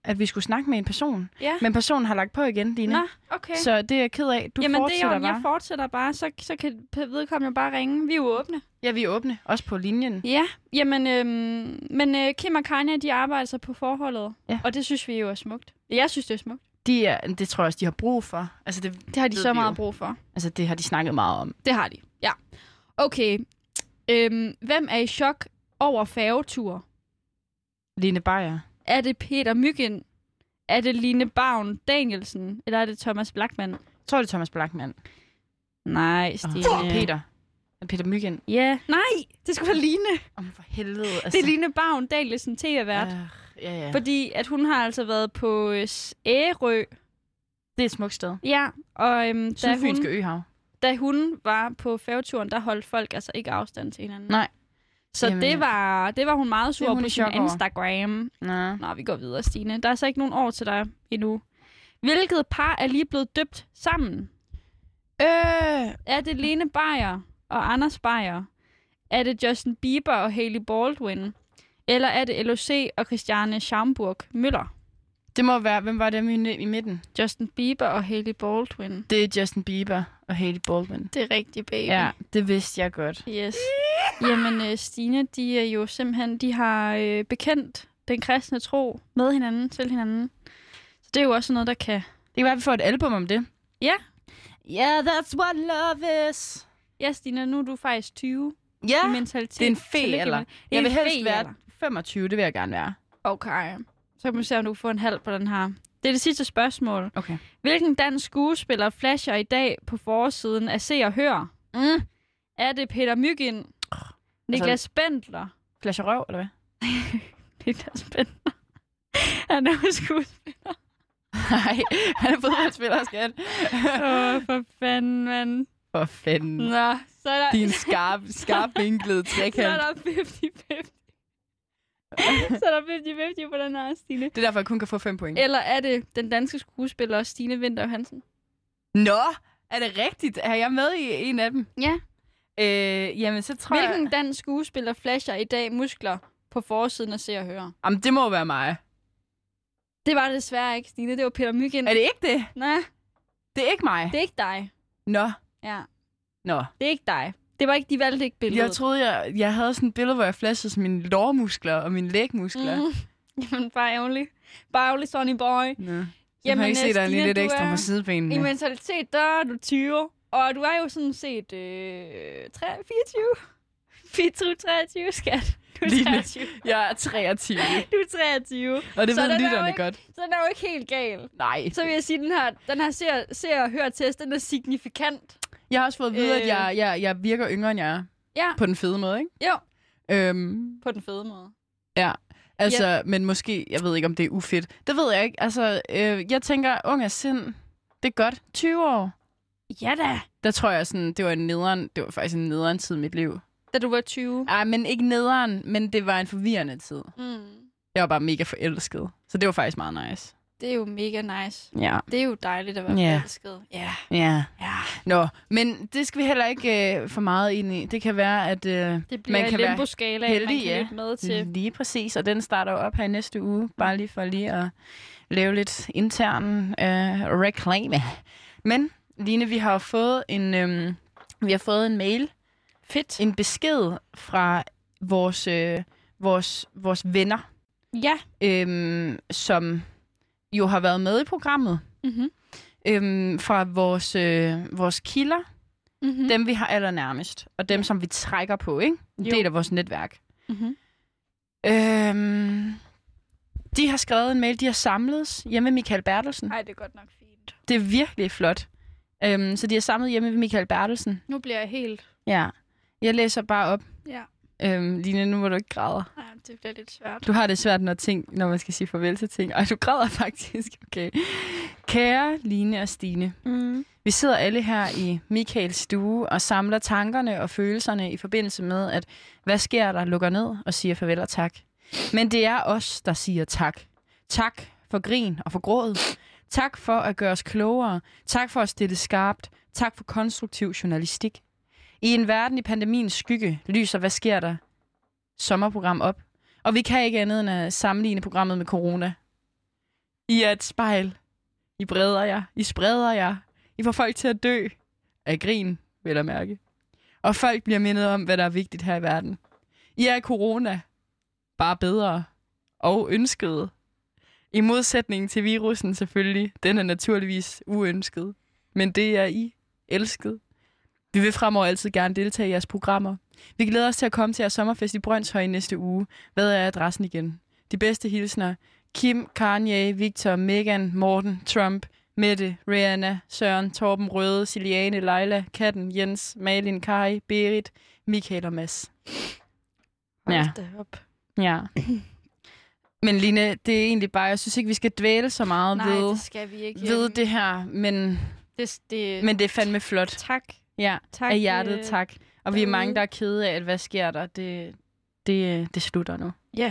Speaker 1: at vi skulle snakke med en person.
Speaker 2: Ja.
Speaker 1: Men personen har lagt på igen, Line.
Speaker 2: Nå, okay.
Speaker 1: Så det er jeg ked af. Du fortsætter bare.
Speaker 2: Jeg fortsætter bare, så kan vedkommende bare ringe. Vi er jo åbne.
Speaker 1: Ja, vi er åbne. Også på linjen.
Speaker 2: Ja, jamen, men Kim og Kanye, de arbejder så på forholdet. Ja. Og det synes vi jo er smukt. Jeg synes, det er smukt.
Speaker 1: Det tror jeg også, de har brug for. Altså,
Speaker 2: det har de så meget brug for.
Speaker 1: Altså, det har de snakket meget om.
Speaker 2: Det har de, ja. Okay. Hvem er i chok over færgetur?
Speaker 1: Line Beyer.
Speaker 2: Er det Peter Myggen? Er det Line Bavn Danielsen? Eller er det Thomas Blachmann?
Speaker 1: Jeg tror, det er Thomas Blachmann.
Speaker 2: Nej, Stine.
Speaker 1: Peter. Peter Myggen.
Speaker 2: Ja. Nej, det skulle være Line.
Speaker 1: For helvede. Altså.
Speaker 2: Det er Line Bavn Danielsen, tv-vært.
Speaker 1: Ja.
Speaker 2: Fordi at hun har altså været på Ærø.
Speaker 1: Det er et smukt sted.
Speaker 2: Ja, og
Speaker 1: Sydfynske Øhav.
Speaker 2: Da hun var på færgeturen, der holdt folk altså ikke afstand til hinanden.
Speaker 1: Nej.
Speaker 2: Så jamen, det var hun meget sur på sin Instagram.
Speaker 1: Nå,
Speaker 2: vi går videre, Stine. Der er så ikke nogen år til dig endnu. Hvilket par er lige blevet døbt sammen? Er det Lene Beyer og Anders Beyer? Er det Justin Bieber og Hailey Baldwin? Eller er det LOC og Christiane Schaumburg Møller?
Speaker 1: Det må være, hvem var dem i midten?
Speaker 2: Justin Bieber og Hailey Baldwin.
Speaker 1: Det er Justin Bieber og Hailey Baldwin.
Speaker 2: Det er rigtigt, baby.
Speaker 1: Ja, det vidste jeg godt.
Speaker 2: Yes. Jamen, Stine, de er jo simpelthen, de har bekendt den kristne tro med hinanden, til hinanden. Så det er jo også noget, der kan...
Speaker 1: Det kan være, at vi får et album om det.
Speaker 2: Ja.
Speaker 1: Yeah, that's what love is.
Speaker 2: Ja, Stine, nu er du faktisk 20.
Speaker 1: Ja,
Speaker 2: mentalitet.
Speaker 1: Det er en fe, eller? Jeg vil helst være 25, det vil jeg gerne være.
Speaker 2: Okay. Så kan vi se, om du kan få en halv på den her. Det er det sidste spørgsmål.
Speaker 1: Okay.
Speaker 2: Hvilken dansk skuespiller flasher i dag på forsiden af Se og Hør? Er det Peter Myggen? Niklas Bendler?
Speaker 1: Flasher røv, eller hvad?
Speaker 2: Niklas Bendler. Han er jo skuespiller.
Speaker 1: Nej, han er fodboldspiller, skat.
Speaker 2: For fanden, mand.
Speaker 1: For fanden.
Speaker 2: Nå, så er der...
Speaker 1: Din skarp vinklede trekant.
Speaker 2: Så er der 50-50. Så er der 50-50 på den her, Stine.
Speaker 1: Det er derfor, jeg kun kan få 5 point.
Speaker 2: Eller er det den danske skuespiller Stine Winther Hansen?
Speaker 1: Nå, er det rigtigt? Er jeg med i en af dem?
Speaker 2: Ja.
Speaker 1: Jamen, så tror
Speaker 2: Hvilken dansk skuespiller flasher i dag muskler på forsiden af Se og Høre?
Speaker 1: Jamen, det må være mig.
Speaker 2: Det var det desværre ikke, Stine. Det var Peter Myggen.
Speaker 1: Er det ikke det?
Speaker 2: Nej.
Speaker 1: Det er ikke mig.
Speaker 2: Det er ikke dig.
Speaker 1: Nå.
Speaker 2: Ja.
Speaker 1: Nå.
Speaker 2: Det er ikke dig. Det var ikke, de valgte ikke billedet.
Speaker 1: Jeg troede, jeg havde sådan et billede, hvor jeg flashede mine lårmuskler og mine lægmuskler.
Speaker 2: Jamen, bare ærgerlig, Sonny boy.
Speaker 1: Nå. Så jamen, kan jeg se, der er lige lidt ekstra på sidebenene.
Speaker 2: I mentalitet, der er du 20. Og du er jo sådan set 23, skat. Du er 23.
Speaker 1: Jeg er 23.
Speaker 2: Du er 23.
Speaker 1: Og det ved lytterne godt.
Speaker 2: Så den er jo ikke helt gal.
Speaker 1: Nej.
Speaker 2: Så vil jeg sige, den her ser og hør test, den er signifikant.
Speaker 1: Jeg har også fået at vide, at jeg virker yngre, end jeg er.
Speaker 2: Ja.
Speaker 1: På den fede måde, ikke?
Speaker 2: Jo. På den fede måde.
Speaker 1: Ja. Altså, men måske, jeg ved ikke, om det er ufedt. Det ved jeg ikke. Altså, jeg tænker, ung af sind, det er godt. 20 år.
Speaker 2: Ja da.
Speaker 1: Der tror jeg sådan, det var faktisk en nederen tid i mit liv.
Speaker 2: Da du var 20?
Speaker 1: Nej, men ikke nederen, men det var en forvirrende tid. Jeg var bare mega forelsket. Så det var faktisk meget nice.
Speaker 2: Det er jo mega nice.
Speaker 1: Ja.
Speaker 2: Det er jo dejligt at være forelsket.
Speaker 1: Ja. Nå, men det skal vi heller ikke for meget ind i. Det kan være, at
Speaker 2: det bliver
Speaker 1: man kan
Speaker 2: en limbo-skala, man kan løbe med til.
Speaker 1: Lige præcis, og den starter jo op her i næste uge. Bare lige for at lave lidt intern reklame. Men, Line, vi har fået en mail.
Speaker 2: Fedt.
Speaker 1: En besked fra vores venner.
Speaker 2: Ja.
Speaker 1: Som jo har været med i programmet. Fra vores kilder. Dem, vi har allernærmest. Og dem, som vi trækker på, ikke? En del af vores netværk. De har skrevet en mail. De har samledes hjemme med Michael Bertelsen.
Speaker 2: Nej, det er godt nok fint.
Speaker 1: Det er virkelig flot. Så de har samlet hjemme med Michael Bertelsen.
Speaker 2: Nu bliver jeg helt...
Speaker 1: Ja. Jeg læser bare op.
Speaker 2: Ja.
Speaker 1: Line, nu må du ikke græde.
Speaker 2: Nej, det bliver lidt svært.
Speaker 1: Du har det svært, når man skal sige farvel til ting. Ej, du græder faktisk. Okay. Kære Line og Stine. Vi sidder alle her i Michaels stue og samler tankerne og følelserne i forbindelse med, at hvad sker der, lukker ned og siger farvel og tak. Men det er os, der siger tak. Tak for grin og for gråd. Tak for at gøre os klogere. Tak for at stille skarpt. Tak for konstruktiv journalistik. I en verden i pandemiens skygge lyser, hvad sker der? Sommerprogram op. Og vi kan ikke andet end at sammenligne programmet med corona. I er et spejl. I breder jer. I spreder jer. I får folk til at dø. Af grin, vil jeg mærke. Og folk bliver mindet om, hvad der er vigtigt her i verden. I er corona. Bare bedre. Og ønsket. I modsætning til virussen selvfølgelig. Den er naturligvis uønsket. Men det er I elsket. Vi vil fremover altid gerne deltage i jeres programmer. Vi glæder os til at komme til jeres sommerfest i Brønshøj i næste uge. Hvad er adressen igen? De bedste hilsner. Kim, Kanye, Victor, Megan, Morten, Trump, Mette, Rihanna, Søren, Torben, Røde, Siliane, Leila, Katten, Jens, Malin, Kai, Berit, Michael og Mads.
Speaker 2: Hold da op.
Speaker 1: Ja. Men Line, det er egentlig bare, jeg synes ikke, vi skal dvæle så meget
Speaker 2: det skal vi ikke.
Speaker 1: ved det her, men det er fandme flot.
Speaker 2: Tak.
Speaker 1: Ja,
Speaker 2: tak,
Speaker 1: af hjertet, tak. Og vi er mange, der er kede af, at hvad sker der? Det slutter nu.
Speaker 2: Ja.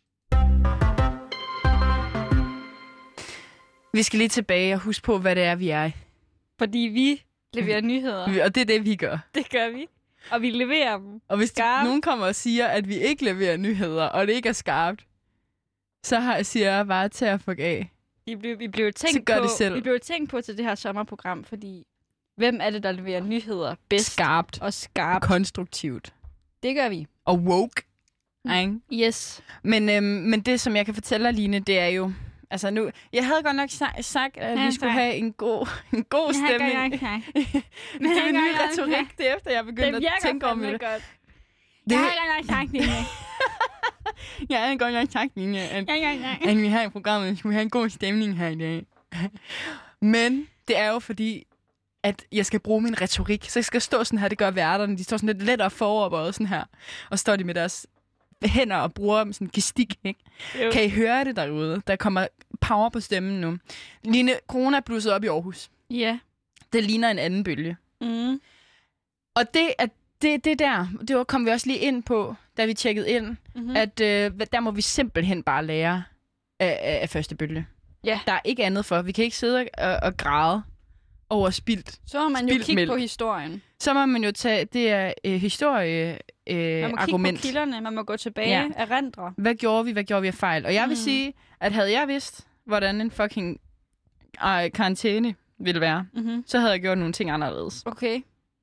Speaker 1: Vi skal lige tilbage og huske på, hvad det er, vi er.
Speaker 2: Fordi vi leverer nyheder.
Speaker 1: Og det er det, vi gør.
Speaker 2: Det gør vi. Og vi leverer dem.
Speaker 1: Og hvis nogen kommer og siger, at vi ikke leverer nyheder, og det ikke er skarpt, så siger jeg bare til at fuck af.
Speaker 2: Vi blev tænkt på til det her sommerprogram, fordi hvem er det, der leverer nyheder bedst?
Speaker 1: Skarpt.
Speaker 2: Og skarpt.
Speaker 1: Konstruktivt.
Speaker 2: Det gør vi.
Speaker 1: Og woke.
Speaker 2: Yes.
Speaker 1: Men det, som jeg kan fortælle dig, Line, det er jo... Altså nu, jeg havde godt nok sagt, at vi skulle have en god stemning. Det er en ny retorik, det efter jeg begyndte at tænke om det.
Speaker 2: Jeg har godt nok sagt, Line.
Speaker 1: Jeg havde godt nok sagt, Line, at vi har i programmet, at vi skal have en god stemning her i dag. Men det er jo fordi, at jeg skal bruge min retorik. Så jeg skal stå sådan her, det gør værterne. De står sådan lidt lettere foroverbøjet sådan her. Og står de med deres hænder og bruger sådan gestik, ikke? Jo. Kan I høre det derude? Der kommer power på stemmen nu. Line, corona er blusset op i Aarhus.
Speaker 2: Ja.
Speaker 1: Det ligner en anden bølge.
Speaker 2: Mm.
Speaker 1: Og det kom vi også lige ind på, da vi tjekkede ind, at der må vi simpelthen bare lære af første bølge.
Speaker 2: Ja.
Speaker 1: Der er ikke andet for. Vi kan ikke sidde og græde over spildt.
Speaker 2: Så må man jo kigge på historien.
Speaker 1: Så må man jo tage, det er
Speaker 2: man må
Speaker 1: argument.
Speaker 2: Kigge på kilderne, man må gå tilbage, erindre.
Speaker 1: Hvad gjorde vi af fejl? Og jeg vil sige, at havde jeg vidst, hvordan en fucking karantæne ville være, så havde jeg gjort nogle ting anderledes.
Speaker 2: Okay.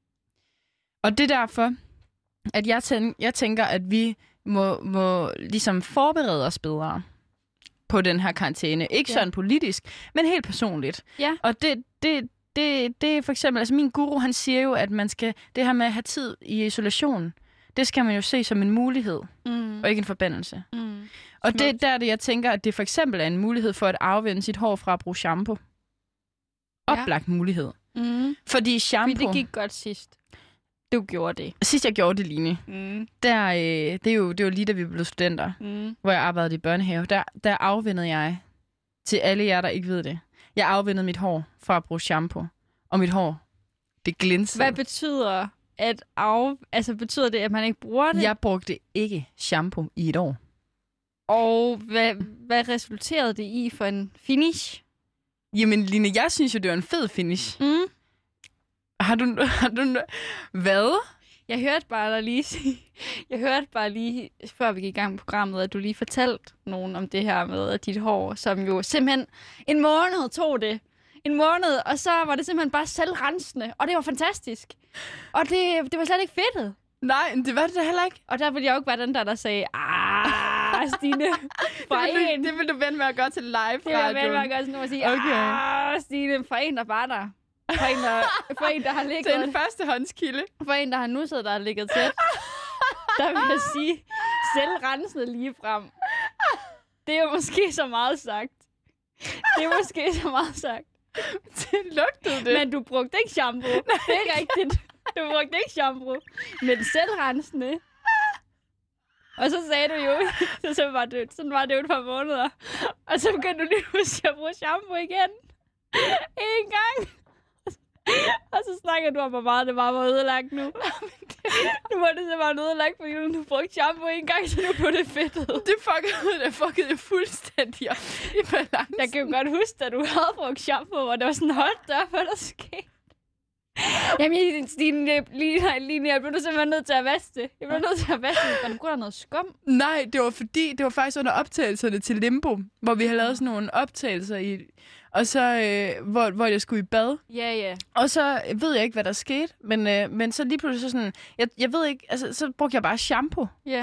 Speaker 1: Og det er derfor, at jeg tænker, at vi må ligesom forberede os bedre på den her karantæne. Ikke sådan politisk, men helt personligt.
Speaker 2: Ja.
Speaker 1: Og det er for eksempel, altså min guru, han siger jo, at man skal, det her med at have tid i isolation, det skal man jo se som en mulighed, og ikke en forbandelse. Og det er det, jeg tænker, at det for eksempel er en mulighed for at afvende sit hår fra at bruge shampoo. Oplagt mulighed. Fordi shampoo...
Speaker 2: Fordi det gik godt sidst. Du gjorde det.
Speaker 1: Sidst jeg gjorde det, Line, det var lige da vi blev studenter, hvor jeg arbejdede i børnehave. Der afvendede jeg, til alle jer, der ikke ved det, jeg afvendede mit hår fra at bruge shampoo. Og mit hår, det glinsede.
Speaker 2: Hvad betyder betyder det, at man ikke bruger det?
Speaker 1: Jeg brugte ikke shampoo i et år. Og
Speaker 2: hvad resulterede det i for en finish?
Speaker 1: Jamen, Line, jeg synes jo, det var en fed finish. Har du hvad?
Speaker 2: Jeg hørte bare lige, før vi gik i gang med programmet, at du lige fortalte nogen om det her med at dit hår, som jo simpelthen en måned tog det. En måned, og så var det simpelthen bare selvrensende, og det var fantastisk. Og det var slet ikke fedtet.
Speaker 1: Nej, det var det da heller ikke.
Speaker 2: Og der ville jeg jo ikke være den der sagde, Stine,
Speaker 1: det vil du vende med at gøre til live radio.
Speaker 2: Det vil jeg vende med at gøre sådan noget og sige, Stine, for en, der var der. For en, der har ligget...
Speaker 1: Til en førstehåndskilde.
Speaker 2: For en, der har nusset, der har ligget tæt. Der vil jeg sige, selvrensende lige frem. Det er jo måske så meget sagt.
Speaker 1: Det lugtede det.
Speaker 2: Men du brugte ikke shampoo. Nej. Det er rigtigt. Du brugte ikke shampoo. Men selvrensende. Og så sagde du jo, sådan var det jo et par måneder. Og så begyndte du lige pludselig at bruge shampoo igen. En gang. Og så snakker du om, hvor meget det var ødelagt nu. Nu var det simpelthen ødelagt, fordi du brugte shampoo en gang, så nu blev det fedtet.
Speaker 1: Det fuckede jeg fuldstændig op i balance.
Speaker 2: Jeg kan jo godt huske, at du havde brugt shampoo, hvor det var sådan, hold der, hvad der skete. Jamen, Stine, jeg bliver simpelthen nødt til at vaske det. Jeg bliver nødt til at vaske det, for der noget skum.
Speaker 1: Nej, det var faktisk under optagelserne til Limbo, hvor vi havde lavet sådan nogle optagelser i... Og så, hvor jeg skulle i bad.
Speaker 2: Ja.
Speaker 1: Og så ved jeg ikke, hvad der skete, men så lige pludselig så sådan... Jeg ved ikke, altså, så brugte jeg bare shampoo.
Speaker 2: Ja.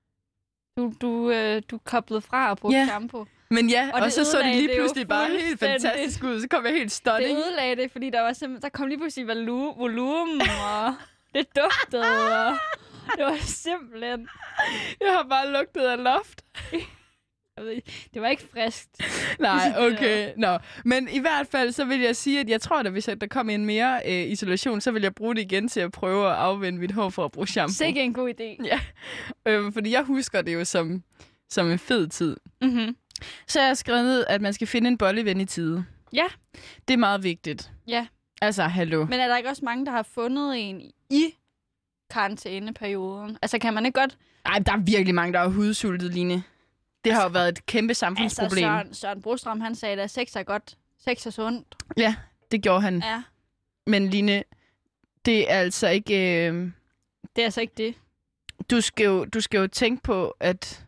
Speaker 2: Du koblede fra og brugte shampoo.
Speaker 1: Men ja, og så det lige pludselig bare helt fantastisk ud. Så kom jeg helt stunning.
Speaker 2: Det ødelagde det, fordi der kom lige pludselig volumen, og det duftede, og det var simpelthen...
Speaker 1: Jeg har bare lugtet af loft.
Speaker 2: Det var ikke friskt.
Speaker 1: Nej, okay. No. Men i hvert fald, så vil jeg sige, at jeg tror, at hvis der kom en mere isolation, så vil jeg bruge det igen til at prøve at afvende mit hår for at bruge shampoo.
Speaker 2: Sikke en god idé.
Speaker 1: Ja, fordi jeg husker det jo som en fed tid.
Speaker 2: Mm-hmm.
Speaker 1: Så jeg har skrevet ned, at man skal finde en bolleven i tide.
Speaker 2: Ja.
Speaker 1: Det er meget vigtigt.
Speaker 2: Ja.
Speaker 1: Altså, hallo.
Speaker 2: Men er der ikke også mange, der har fundet en i karantæneperioden? Altså, kan man ikke godt...
Speaker 1: Ej, der er virkelig mange, der har hudsultet, Line. Det har jo været et kæmpe samfundsproblem.
Speaker 2: Altså, Søren Brostrøm, han sagde, at sex er godt. Sex er sundt.
Speaker 1: Ja, det gjorde han.
Speaker 2: Ja.
Speaker 1: Men Line, det er altså ikke...
Speaker 2: Det er altså ikke det.
Speaker 1: Du skal jo tænke på, at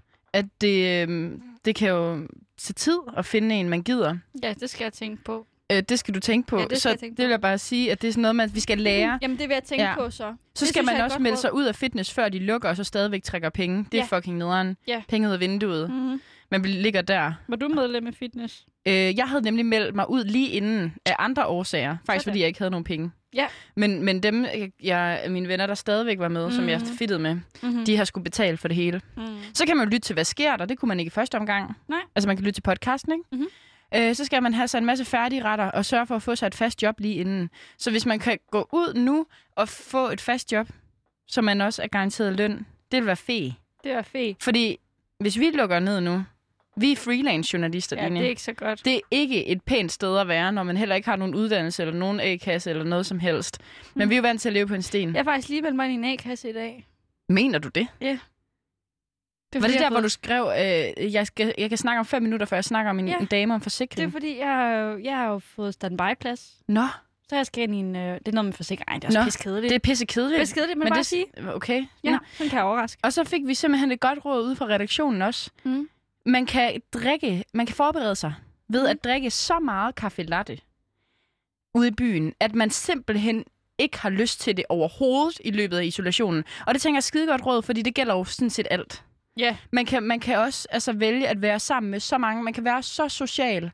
Speaker 1: det kan jo tage tid at finde en, man gider.
Speaker 2: Ja, det skal jeg tænke på.
Speaker 1: Det skal du tænke på.
Speaker 2: Ja, det
Speaker 1: vil jeg bare sige, at det er sådan noget, vi skal lære.
Speaker 2: Jamen, det vil jeg tænke på så.
Speaker 1: Så skal man også melde sig ud af fitness, før de lukker, og så stadigvæk trækker penge. Det er fucking nederen.
Speaker 2: Ja.
Speaker 1: Penge ud af vinduet.
Speaker 2: Mm-hmm.
Speaker 1: Man ligger der.
Speaker 2: Var du medlem af fitness?
Speaker 1: Jeg havde nemlig meldt mig ud lige inden af andre årsager. Faktisk fordi jeg ikke havde nogen penge.
Speaker 2: Ja.
Speaker 1: Men dem, mine venner, der stadigvæk var med, som jeg fittede med, de har skulle betale for det hele. Så kan man jo lytte til, hvad sker der? Det kunne man ikke i første omgang.
Speaker 2: Nej.
Speaker 1: Altså man kan lytte til podcasten, ikke?
Speaker 2: Mm-hmm.
Speaker 1: Så skal man have sig en masse færdige retter og sørge for at få sig et fast job lige inden. Så hvis man kan gå ud nu og få et fast job, så man også er garanteret løn, det vil være fedt.
Speaker 2: Det er fedt.
Speaker 1: Fordi hvis vi lukker ned nu, vi er freelance-journalister,
Speaker 2: ja,
Speaker 1: Line.
Speaker 2: det er ikke så godt.
Speaker 1: Det er ikke et pænt sted at være, når man heller ikke har nogen uddannelse eller nogen A-kasse eller noget som helst. Men vi er jo vant til at leve på en sten.
Speaker 2: Jeg har faktisk lige meldt mig i en A-kasse i dag.
Speaker 1: Mener du det?
Speaker 2: Ja.
Speaker 1: Var det der, hvor du skrev, jeg kan snakke om 5 minutter, før jeg snakker om en dame om forsikring?
Speaker 2: Det er fordi, jeg har jo fået standby-plads.
Speaker 1: Nå.
Speaker 2: Så jeg skal ind i en... det er noget med forsikring. Ej, det er også pissekedeligt.
Speaker 1: Det er pissekedeligt.
Speaker 2: Pissekedeligt, men bare sige.
Speaker 1: Okay.
Speaker 2: Ja, sådan kan jeg overraske.
Speaker 1: Og så fik vi simpelthen et godt råd ud fra redaktionen også. Mm. Man kan forberede sig ved at drikke så meget kaffe latte ude i byen, at man simpelthen ikke har lyst til det overhovedet i løbet af isolationen. Og det tænker jeg er skide godt råd, fordi det gælder jo sådan set alt.
Speaker 2: Yeah.
Speaker 1: Man kan også vælge at være sammen med så mange. Man kan være så social,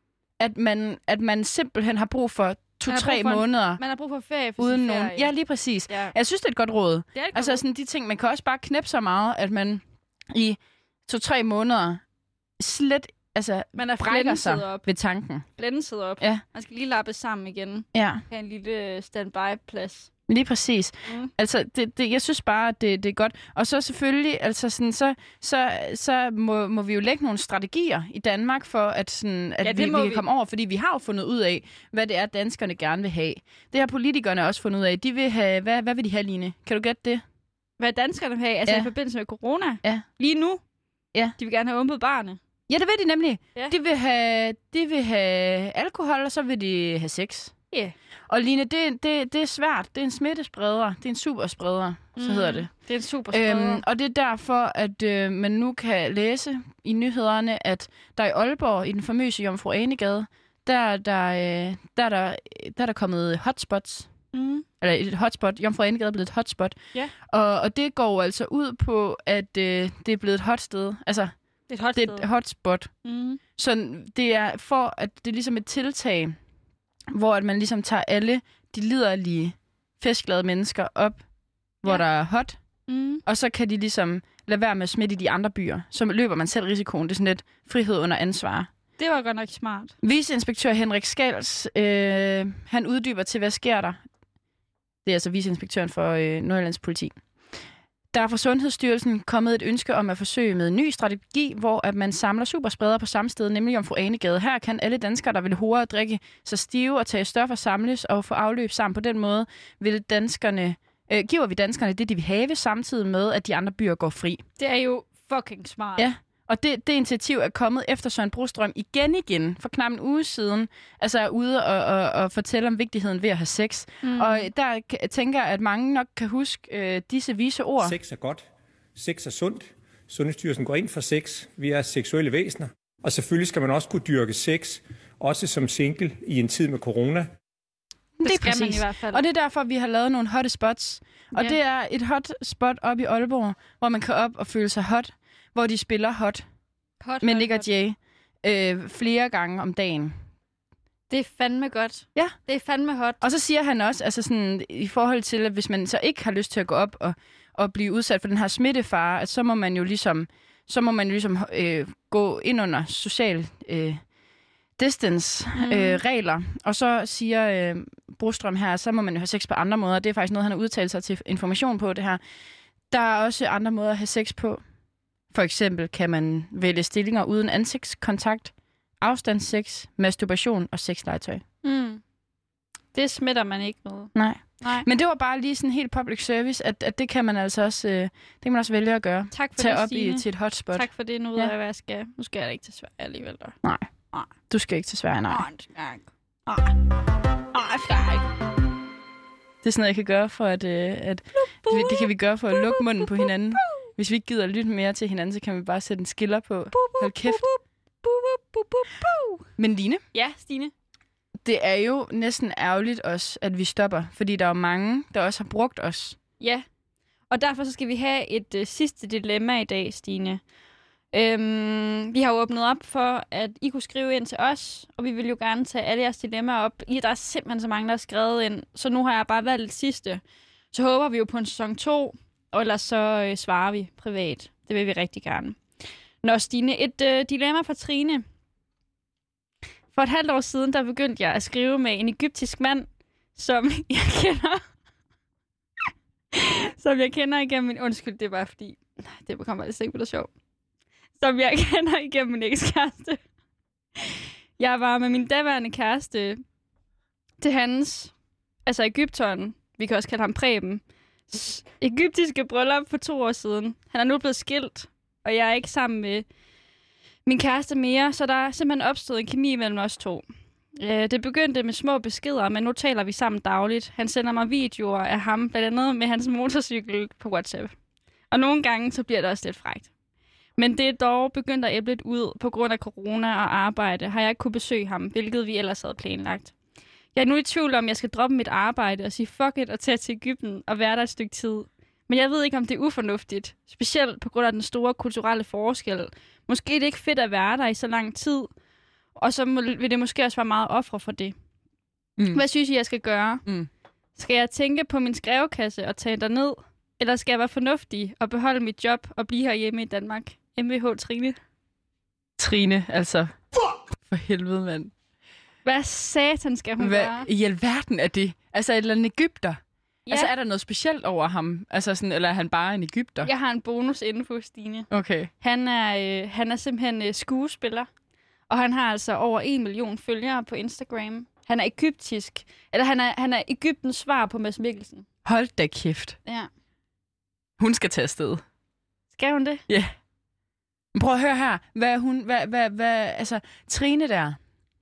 Speaker 1: at man simpelthen har brug for 2-3 måneder.
Speaker 2: Man har brug for ferie for
Speaker 1: uden
Speaker 2: sin ferie.
Speaker 1: nogen. Ja, lige præcis.
Speaker 2: Ja.
Speaker 1: Jeg synes, det er et godt råd.
Speaker 2: Det er
Speaker 1: altså sådan de ting, man kan også bare knæppe så meget, at man i 2-3 måneder slet man brækker sig op ved tanken.
Speaker 2: Blændet op.
Speaker 1: Ja.
Speaker 2: Man skal lige lappe sammen igen.
Speaker 1: Ja.
Speaker 2: Have en lille standby-plads.
Speaker 1: Lige præcis. Altså, jeg synes bare, at det er godt. Og så selvfølgelig, altså sådan, så må vi jo lægge nogle strategier i Danmark for, at vi kan komme over. Fordi vi har jo fundet ud af, hvad det er, danskerne gerne vil have. Det har politikerne også fundet ud af. De vil have, hvad vil de have, Line? Kan du gætte det?
Speaker 2: Hvad danskerne vil have? Altså i forbindelse med corona?
Speaker 1: Ja.
Speaker 2: Lige nu?
Speaker 1: Ja.
Speaker 2: De vil gerne have åbnet barne.
Speaker 1: Ja, det vil de nemlig.
Speaker 2: Ja.
Speaker 1: De vil have alkohol, og så vil de have sex.
Speaker 2: Ja. Yeah.
Speaker 1: Og Line, det er svært. Det er en smittespreder. Det er en superspreder, så hedder det.
Speaker 2: Det er en superspreder.
Speaker 1: Og det er derfor, at man nu kan læse i nyhederne, at der i Aalborg, i den famøse Jomfru Anegade, der er der kommet hotspots. Eller et hotspot. Jomfru Anegade er blevet et hotspot.
Speaker 2: Ja.
Speaker 1: Og det går altså ud på, at det er blevet et hot sted. Altså, det er et hotspot. Så det er for, at det er ligesom et tiltag, hvor at man ligesom tager alle de liderlige, festglade mennesker op, hvor der er hot, og så kan de ligesom lade være med at smitte i de andre byer. Så løber man selv risikoen. Det er sådan lidt frihed under ansvar.
Speaker 2: Det var godt nok smart.
Speaker 1: Viceinspektør Henrik Skals, han uddyber til, hvad sker der? Det er altså viceinspektøren for Nordjyllands politi. Der er fra Sundhedsstyrelsen kommet et ønske om at forsøge med en ny strategi, hvor at man samler superspredere på samme sted, nemlig Jomfru Anegade. Her kan alle danskere, der vil hurtigt drikke sig stive og tage stoffer, samles og få afløb sammen. På den måde giver vi danskerne det, de vil have, samtidig med, at de andre byer går fri.
Speaker 2: Det er jo fucking smart.
Speaker 1: Ja, Og det initiativ er kommet efter Søren Brostrøm igen, for knap en uge siden, altså er ude og fortælle om vigtigheden ved at have sex. Og der tænker jeg, at mange nok kan huske disse vise ord.
Speaker 3: Sex er godt. Sex er sundt. Sundhedsstyrelsen går ind for sex. Vi er seksuelle væsener. Og selvfølgelig skal man også kunne dyrke sex, også som single i en tid med corona.
Speaker 2: Det
Speaker 1: er
Speaker 2: skal
Speaker 1: præcis.
Speaker 2: man i hvert fald.
Speaker 1: Og det er derfor, vi har lavet nogle hot spots. Og det er et hot spot op i Aalborg, hvor man kan op og føle sig hot, hvor de spiller hot med Nick og Jay flere gange om dagen.
Speaker 2: Det er fandme godt.
Speaker 1: Ja.
Speaker 2: Det er fandme hot.
Speaker 1: Og så siger han også, altså sådan, i forhold til, at hvis man så ikke har lyst til at gå op og blive udsat for den her smittefare, at så må man jo ligesom gå ind under social distance-regler. Og så siger Brostrøm her, så må man jo have sex på andre måder. Det er faktisk noget, han har udtalt sig til Information på, det her. Der er også andre måder at have sex på. For eksempel kan man vælge stillinger uden ansigtskontakt, afstandssex, masturbation og sexlegetøj.
Speaker 2: Det smitter man ikke med.
Speaker 1: Nej. Men det var bare lige sådan helt public service, at det kan man altså også, det kan man også vælge at gøre.
Speaker 2: Tak for
Speaker 1: Tag
Speaker 2: det,
Speaker 1: op
Speaker 2: Stine.
Speaker 1: til et hotspot.
Speaker 2: Tak for det. Nu ved jeg, hvad jeg skal. Nu skal jeg da ikke til Sverige alligevel. Da.
Speaker 1: Nej. Du skal ikke til Sverige, nej.
Speaker 2: Det skal jeg ikke.
Speaker 1: Det er sådan noget, jeg kan gøre for, at det kan vi gøre for at lukke munden på hinanden. Hvis vi ikke gider at lytte mere til hinanden, så kan vi bare sætte en skiller på. Hold kæft. Men Line?
Speaker 2: Ja, Stine?
Speaker 1: Det er jo næsten ærgerligt også, at vi stopper, fordi der er mange, der også har brugt os.
Speaker 2: Ja, og derfor så skal vi have et sidste dilemma i dag, Stine. Vi har åbnet op for, at I kunne skrive ind til os, og vi vil jo gerne tage alle jeres dilemmaer op. Der er simpelthen så mange, der har skrevet ind, så nu har jeg bare valgt det sidste. Så håber vi jo på en sæson 2, og ellers så svarer vi privat. Det vil vi rigtig gerne. Nå, Stine, et dilemma fra Trine. For et halvt år siden, der begyndte jeg at skrive med en egyptisk mand, som jeg kender igennem min... Undskyld, det er bare fordi... Det kommer altså ikke på det sjov. Som jeg kender igennem min ekskæreste. Jeg var med min daværende kæreste til hans... Altså Egypteren. Vi kan også kalde ham Preben. Egyptiske bryllup for 2 år siden. Han er nu blevet skilt, og jeg er ikke sammen med min kæreste mere, så der er simpelthen opstået en kemi mellem os to. Det begyndte med små beskeder, men nu taler vi sammen dagligt. Han sender mig videoer af ham, blandt andet med hans motorcykel på WhatsApp. Og nogle gange, så bliver det også lidt frækt. Men det er dog begyndt at æble lidt ud på grund af corona og arbejde, har jeg ikke kunne besøge ham, hvilket vi ellers havde planlagt. Jeg er nu i tvivl om, jeg skal droppe mit arbejde og sige fuck it og tage til Egypten og være der et stykke tid. Men jeg ved ikke, om det er ufornuftigt, specielt på grund af den store kulturelle forskel. Måske er det ikke fedt at være der i så lang tid, og så vil det måske også være meget ofre for det. Hvad synes I, jeg skal gøre? Skal jeg tænke på min skrevekasse og tage ned, eller skal jeg være fornuftig og beholde mit job og blive herhjemme i Danmark? MVH Trine.
Speaker 1: Trine, altså. For helvede, mand.
Speaker 2: Hvad satan skal hun gøre?
Speaker 1: I alverden er det? Altså et eller andet egypter?
Speaker 2: Ja.
Speaker 1: Altså er der noget specielt over ham? Altså sådan, eller er han bare en egypter?
Speaker 2: Jeg har en bonusinfo, Stine.
Speaker 1: Okay.
Speaker 2: Han er simpelthen skuespiller, og han har altså over 1 million følgere på Instagram. Han er egyptisk, eller han er Egyptens svar på Mads Mikkelsen.
Speaker 1: Hold da kæft.
Speaker 2: Ja.
Speaker 1: Hun skal tage afsted.
Speaker 2: Skal hun det?
Speaker 1: Ja. Yeah. Prøv at høre her. Altså, Trine der,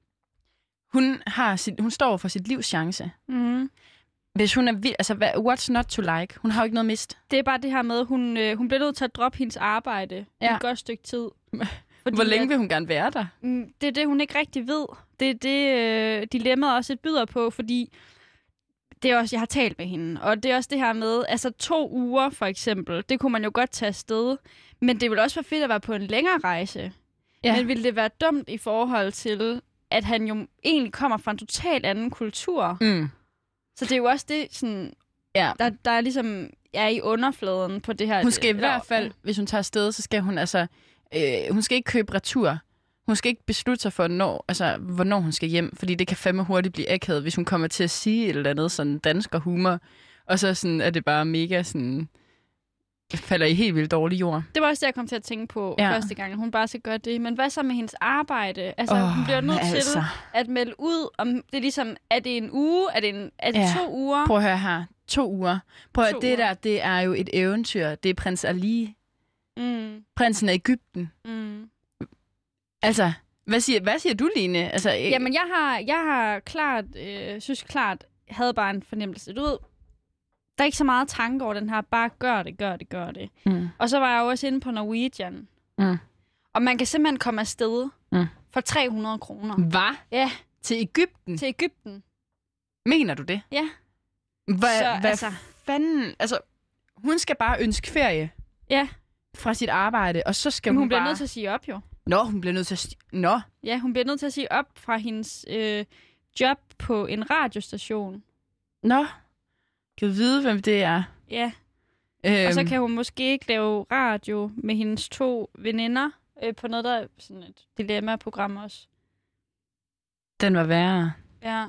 Speaker 1: hun står for sit livs chance. Hvis hun er altså, what's not to like? Hun har jo ikke noget mist.
Speaker 2: Det er bare det her med, hun bliver nødt til at droppe hendes arbejde et godt stykke tid.
Speaker 1: Fordi hvor længe vil hun gerne være der?
Speaker 2: Det er det, hun ikke rigtig ved. Det er det, dilemmaet også et byder på, fordi det er også, jeg har talt med hende. Og det er også det her med, altså 2 uger for eksempel, det kunne man jo godt tage afsted. Men det vil også være fedt at være på en længere rejse. Ja. Men ville det være dumt i forhold til, at han jo egentlig kommer fra en totalt anden kultur? Så det er jo også det, sådan, der er ligesom i underfladen på det her.
Speaker 1: Hun skal i hvert fald, hvis hun tager afsted, så skal hun altså... hun skal ikke købe retur. Hun skal ikke beslutte sig for, hvornår hun skal hjem, fordi det kan fandme hurtigt blive akavet, hvis hun kommer til at sige et eller andet sådan dansk og humor, og så sådan, er det bare mega sådan... falder i helt vildt dårlig jord.
Speaker 2: Det var også det, jeg kom til at tænke på første gang, at hun bare skal gøre det. Men hvad så med hendes arbejde? Altså, hun bliver nødt til at melde ud, om det er ligesom, er det en uge? Er det 2 uger?
Speaker 1: Prøv at høre her. 2 uger. Prøv at det der, det er jo et eventyr. Det er prins Ali. Prinsen af Egypten. Altså, hvad siger du, Line? Altså,
Speaker 2: Jamen, jeg har klart, synes klart, havde bare en fornemmelse. Du ved, der er ikke så meget tanke over den her. Bare gør det. Og så var jeg også inde på Norwegian. Og man kan simpelthen komme afsted for 300 kroner.
Speaker 1: Hvad?
Speaker 2: Ja.
Speaker 1: Til Egypten?
Speaker 2: Til Egypten.
Speaker 1: Mener du det?
Speaker 2: Ja.
Speaker 1: Hvad fanden? Altså, hun skal bare ønske ferie.
Speaker 2: Ja.
Speaker 1: Fra sit arbejde, og så skal
Speaker 2: hun
Speaker 1: hun
Speaker 2: bliver
Speaker 1: bare...
Speaker 2: nødt til at sige op, jo.
Speaker 1: Hun bliver nødt til at...
Speaker 2: Ja, hun bliver nødt til at sige op fra hendes job på en radiostation.
Speaker 1: Kan du vide, hvem det er?
Speaker 2: Ja. Og så kan hun måske ikke lave radio med hendes 2 veninder på noget, der er sådan et dilemma-program også.
Speaker 1: Den var værre.
Speaker 2: Ja.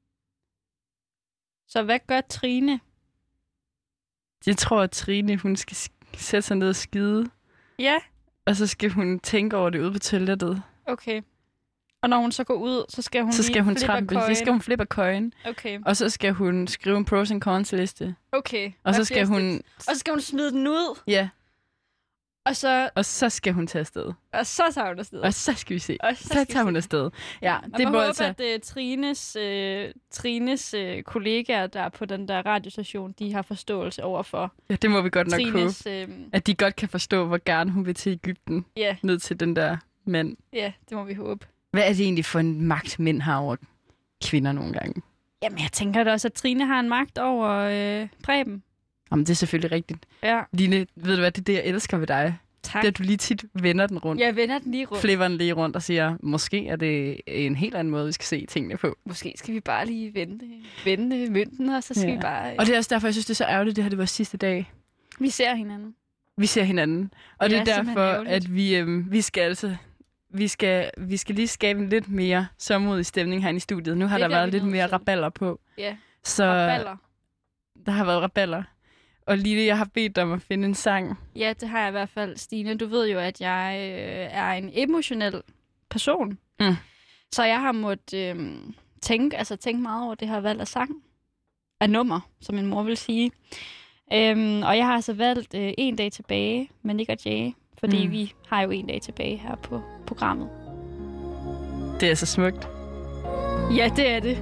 Speaker 2: Så hvad gør Trine?
Speaker 1: Jeg tror, at Trine, hun skal sætte sig ned og skide.
Speaker 2: Ja.
Speaker 1: Og så skal hun tænke over det ude på toilettet.
Speaker 2: Okay. Og når hun så går ud, så skal hun flippe coin. Okay.
Speaker 1: Og så skal hun skrive en pros and cons liste.
Speaker 2: Okay.
Speaker 1: Og så skal hun
Speaker 2: smide den ud.
Speaker 1: Ja.
Speaker 2: Og
Speaker 1: så skal hun tage afsted.
Speaker 2: Og så tager hun afsted.
Speaker 1: Og så skal vi se. Så tager hun afsted. Ja,
Speaker 2: det må håbe, at Trines kollegaer, der er på den der radiostation, de har forståelse overfor.
Speaker 1: Ja, det må vi godt nok håbe. At de godt kan forstå, hvor gerne hun vil til Egypten.
Speaker 2: Ja.
Speaker 1: Ned til den der mand.
Speaker 2: Ja, det må vi håbe.
Speaker 1: Hvad er det egentlig for en magt, mænd har over kvinder nogle gange?
Speaker 2: Jamen, jeg tænker da også, at Trine har en magt over Preben.
Speaker 1: Jamen, det er selvfølgelig rigtigt.
Speaker 2: Ja.
Speaker 1: Line, ved du hvad, det er det, jeg elsker ved dig.
Speaker 2: Tak.
Speaker 1: Det er, at du lige tit vender den rundt.
Speaker 2: Jeg vender den lige rundt.
Speaker 1: Flipper den lige rundt og siger, måske er det en helt anden måde, vi skal se tingene på.
Speaker 2: Måske skal vi bare lige vende mønten, og så skal vi bare...
Speaker 1: Og det er også derfor, jeg synes, det er så ærgerligt, det her det var sidste dag.
Speaker 2: Vi ser hinanden.
Speaker 1: Og det er derfor, at vi skal altså... Vi skal lige skabe en lidt mere sommermodig stemning herinde i studiet. Nu har der været lidt mere raballer på.
Speaker 2: Ja,
Speaker 1: så
Speaker 2: raballer.
Speaker 1: Der har været raballer. Og Lille, jeg har bedt dig om at finde en sang.
Speaker 2: Ja, det har jeg i hvert fald, Stine. Du ved jo, at jeg er en emotionel person. Så jeg har måttet tænke meget over det her valg af sang. Af nummer, som min mor vil sige. Og jeg har altså valgt En dag tilbage med Nick og Jay. Fordi vi har jo 1 dag tilbage her på programmet.
Speaker 1: Det er så smukt.
Speaker 2: Ja, det er det.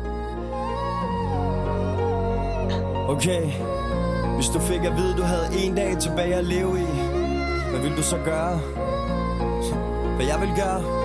Speaker 4: Okay, hvis du fik at vide, du havde 1 dag tilbage at leve i, hvad vil du så gøre? Hvad jeg vil gøre?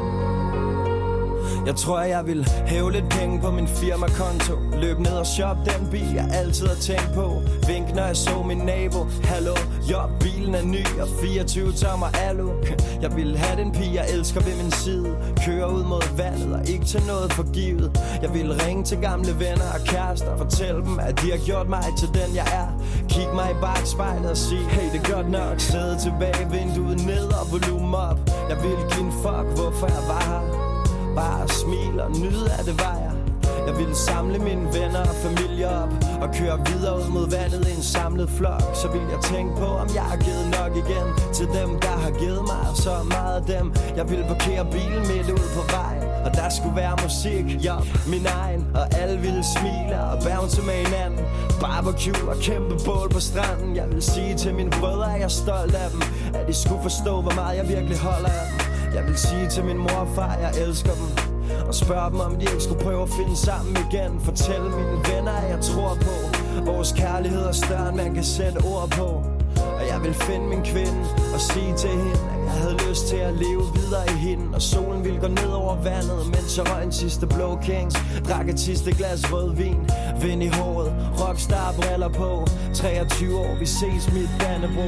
Speaker 4: Jeg tror, jeg vil hæve lidt penge på min firmakonto. Løb ned og shop den bil, jeg altid har tænkt på. Vink, når jeg så min nabo. Hallo, jo, bilen er ny og 24 tommer alu. Jeg vil have den pige, jeg elsker ved min side. Køre ud mod vandet og ikke tage noget for givet. Jeg vil ringe til gamle venner og kærester og fortælle dem, at de har gjort mig til den, jeg er. Kig mig i bagspejlet og sige, hey, det er godt nok. Sidde tilbage, vinduet ned og volumen op. Jeg vil give en fuck, hvorfor jeg var her. Bare smile og nyde af det var jeg. Jeg ville samle mine venner og familie op og køre videre ud mod vandet i en samlet flok. Så ville jeg tænke på, om jeg har givet nok igen til dem, der har givet mig så meget af dem. Jeg ville parkere bilen midt ud på vejen, og der skulle være musik, ja, min egen. Og alle ville smile og bounce med hinanden. Barbecue og kæmpe bål på stranden. Jeg ville sige til mine brødre, at jeg er stolt af dem, at de skulle forstå, hvor meget jeg virkelig holder af dem. Jeg vil sige til min mor og far, jeg elsker dem. Og spørge dem, om de ikke skulle prøve at finde sammen igen. Fortælle mine venner, at jeg tror på vores kærlighed er større, end man kan sætte ord på. Og jeg vil finde min kvinde og sige til hende, at jeg havde lyst til at leve videre i hende. Og solen ville gå ned over vandet, mens jeg røg en sidste Blå Kings. Drak et sidste glas rødvin, vind i håret, rockstar briller på. 23 år, vi ses mit Dannebro.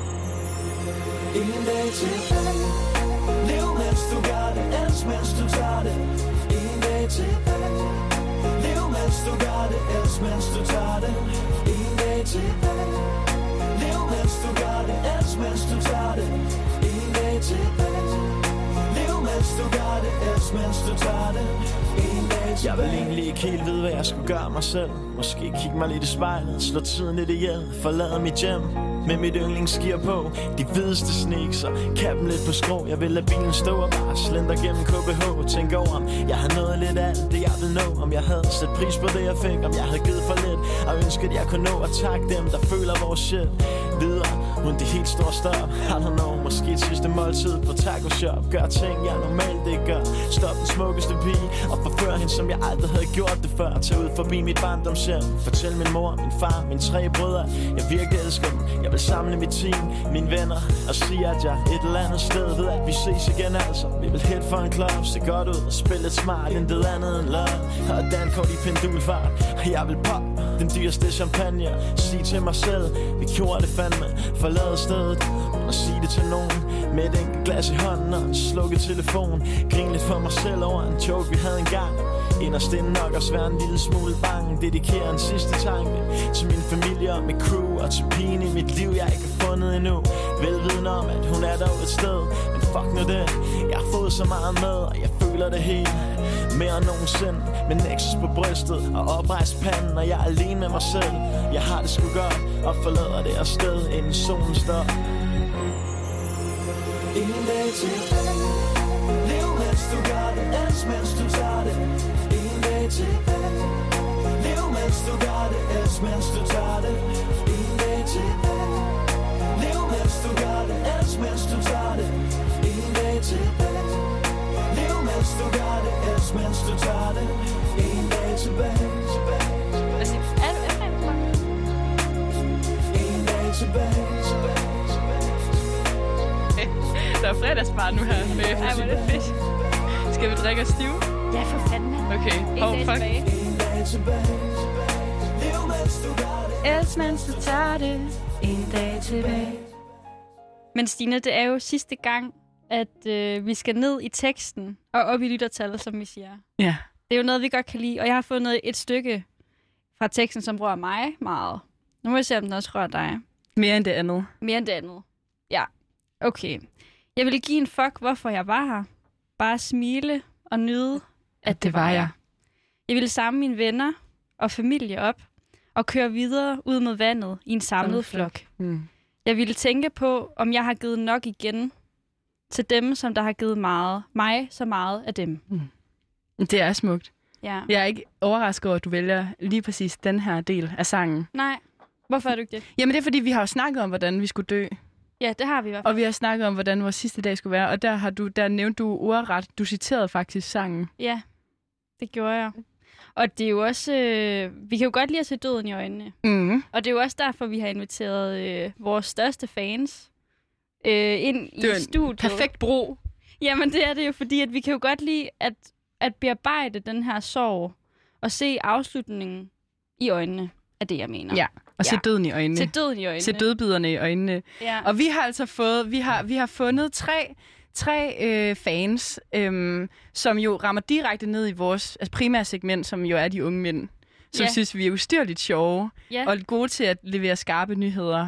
Speaker 4: En dag tilbage. Lev mens du gør det, elsk mens du tager det. 1 dag tilbage. Lev mens du gør det, elsk mens du tager det. 1 dag tilbage. Lev mens du gør det, elsk mens du tager det. 1 dag tilbage. Lev mens du gør det, elsk mens du tager det. 1 dag tilbage. Jeg vil egentlig ikke helt vide, hvad jeg skulle gøre mig selv. Måske kigge mig lidt i spejlet, slå tiden lidt ihjel, forlade mit hjem. med mit yndlingsgear på. De hvideste sneakser, kappen lidt på skrå. Jeg vil lade bilen stå og bare slender gennem KBH. Tænk over, om jeg havde nået lidt af alt det, jeg vil nå. Om jeg havde sat pris på det, jeg fik. Om jeg havde givet for lidt og ønsket, at jeg kunne nå at takke dem, der føler vores shit videre. Uden de helt store stop. I don't know, måske et sidste måltid på taco shop. Gør ting, jeg normalt ikke gør. Stop den smukkeste pige og forfør hende, som jeg aldrig havde gjort det før. Tag ud forbi mit barndomshjem. Fortæl min mor, min far, mine 3 brødre, jeg virkelig elsker dem. Jeg vil samle mit team, mine venner, og sige, at jeg et eller andet sted ved, at vi ses igen altså. Vi vil hit for en club, se godt ud og spille lidt smart, intet andet end love. Og dankort i pendulfart, og jeg vil pop den dyreste champagne. Sige til mig selv, vi gjorde det fandme. Forlade stedet, og sige det til nogen. Med et enkelt glas i hånden og en slukket telefon. Grin lidt for mig selv over en joke, vi havde engang. Inderst inde nok også være en lille smule bange. Dedikere en sidste tanke til min familie og mit crew. Og til pigen i mit liv, jeg ikke har fundet endnu. Velviden om, at hun er dog et sted. Men fuck nu det, jeg har fået så meget med, og jeg føler det helt mere end nogensinde. Med Nexus på brystet og oprejst panden, og jeg er alene med mig selv. Jeg har det sgu godt, og forlader det afsted, inden solen står.
Speaker 5: Ingen dag tilbage. Lev mens du gør det, els mens du tager det. Ingen dag tilbage. Lev mens du gør det, els mens du tager det. Ingen dag tilbage. Lev mens du gør det, els mens du tager det. Ingen dag tilbage. Lev mens du gør det, els mens du tager det. Ingen dag tilbage. Ingen dag tilbage.
Speaker 1: Der er fredagsbar nu her med
Speaker 2: Ej, hvor er det fedt.
Speaker 1: Skal vi drikke os stive?
Speaker 2: Ja, for fanden.
Speaker 1: Okay.
Speaker 2: En dag tilbage.
Speaker 1: Els mens du tager det. En dag tilbage.
Speaker 2: Men Stine, det er jo sidste gang, at vi skal ned i teksten og op i lyttertallet, som vi siger.
Speaker 1: Ja.
Speaker 2: Det er jo noget, vi godt kan lide, og jeg har fundet et stykke fra teksten, som rører mig meget. Nu må jeg se, om den også rører dig.
Speaker 1: Mere end det andet.
Speaker 2: Mere end det andet. Ja, okay. Jeg ville give en fuck, hvorfor jeg var her. Bare smile og nyde, at det var jeg. Jeg ville samle mine venner og familie op og køre videre ud mod vandet i en samlet flok.
Speaker 1: Mm.
Speaker 2: Jeg ville tænke på, om jeg har givet nok igen til dem, som der har givet mig så meget af dem.
Speaker 1: Mm. Det er smukt.
Speaker 2: Ja.
Speaker 1: Jeg er ikke overrasket over, at du vælger lige præcis den her del af sangen.
Speaker 2: Nej, hvorfor er du ikke det?
Speaker 1: Jamen det er, fordi vi har jo snakket om, hvordan vi skulle dø.
Speaker 2: Ja, det har vi i hvert fald.
Speaker 1: Og vi har snakket om, hvordan vores sidste dag skulle være. Og der nævnte du ordret. Du citerede faktisk sangen.
Speaker 2: Ja, det gjorde jeg. Og det er jo også... vi kan jo godt lide at se døden i øjnene.
Speaker 1: Mm.
Speaker 2: Og det er jo også derfor, vi har inviteret vores største fans ind i studiet.
Speaker 1: Perfekt bro.
Speaker 2: Jamen, det er det jo, fordi at vi kan jo godt lide at bearbejde den her sorg og se afslutningen i øjnene, af det, jeg mener.
Speaker 1: Ja, og se døden i øjnene.
Speaker 2: Se døden i øjnene.
Speaker 1: Se dødbiderne i øjnene.
Speaker 2: Ja.
Speaker 1: Og vi har altså fået... Vi har fundet tre fans, som jo rammer direkte ned i vores primære segment, som jo er de unge mænd, som synes, vi er ustyrligt sjove og gode til at levere skarpe nyheder.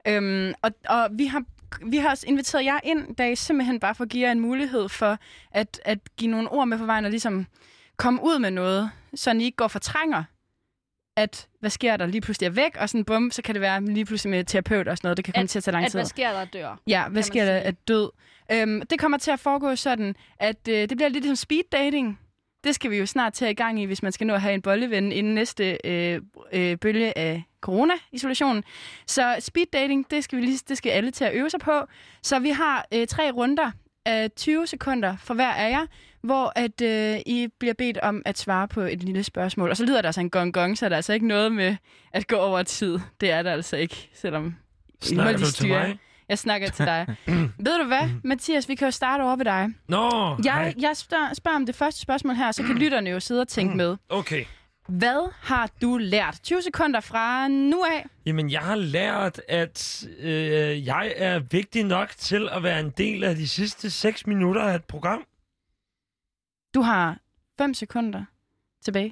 Speaker 1: Og vi har også inviteret jer ind, der simpelthen bare for at give jer en mulighed for at give nogle ord med på vejen og ligesom komme ud med noget, så I ikke går fortrænger, at hvad sker der lige pludselig er væk, og sådan bum, så kan det være lige pludselig med terapeut og sådan noget. Det kan komme til at tage lang tid.
Speaker 2: Hvad sker der dør?
Speaker 1: Ja, hvad sker der at død? Det kommer til at foregå sådan, at det bliver lidt som speed dating. Det skal vi jo snart tage i gang i, hvis man skal nå at have en bolleven inden næste bølge af corona-isolationen. Så speed dating, det skal alle til at øve sig på. Så vi har 3 runder af 20 sekunder for hver af jer, hvor at I bliver bedt om at svare på et lille spørgsmål. Og så lyder der altså en gong-gong, så er der altså ikke noget med at gå over tid. Det er der altså ikke, selvom
Speaker 6: Snakker du til mig?
Speaker 1: Jeg snakker til dig. Ved du hvad, Mathias, vi kan jo starte over ved dig. Jeg spørger om det første spørgsmål her, så kan lytterne jo sidde og tænke med.
Speaker 6: Okay.
Speaker 1: Hvad har du lært? 20 sekunder fra nu af.
Speaker 6: Jamen, jeg har lært, at jeg er vigtig nok til at være en del af de sidste 6 minutter af et program.
Speaker 1: Du har 5 sekunder tilbage.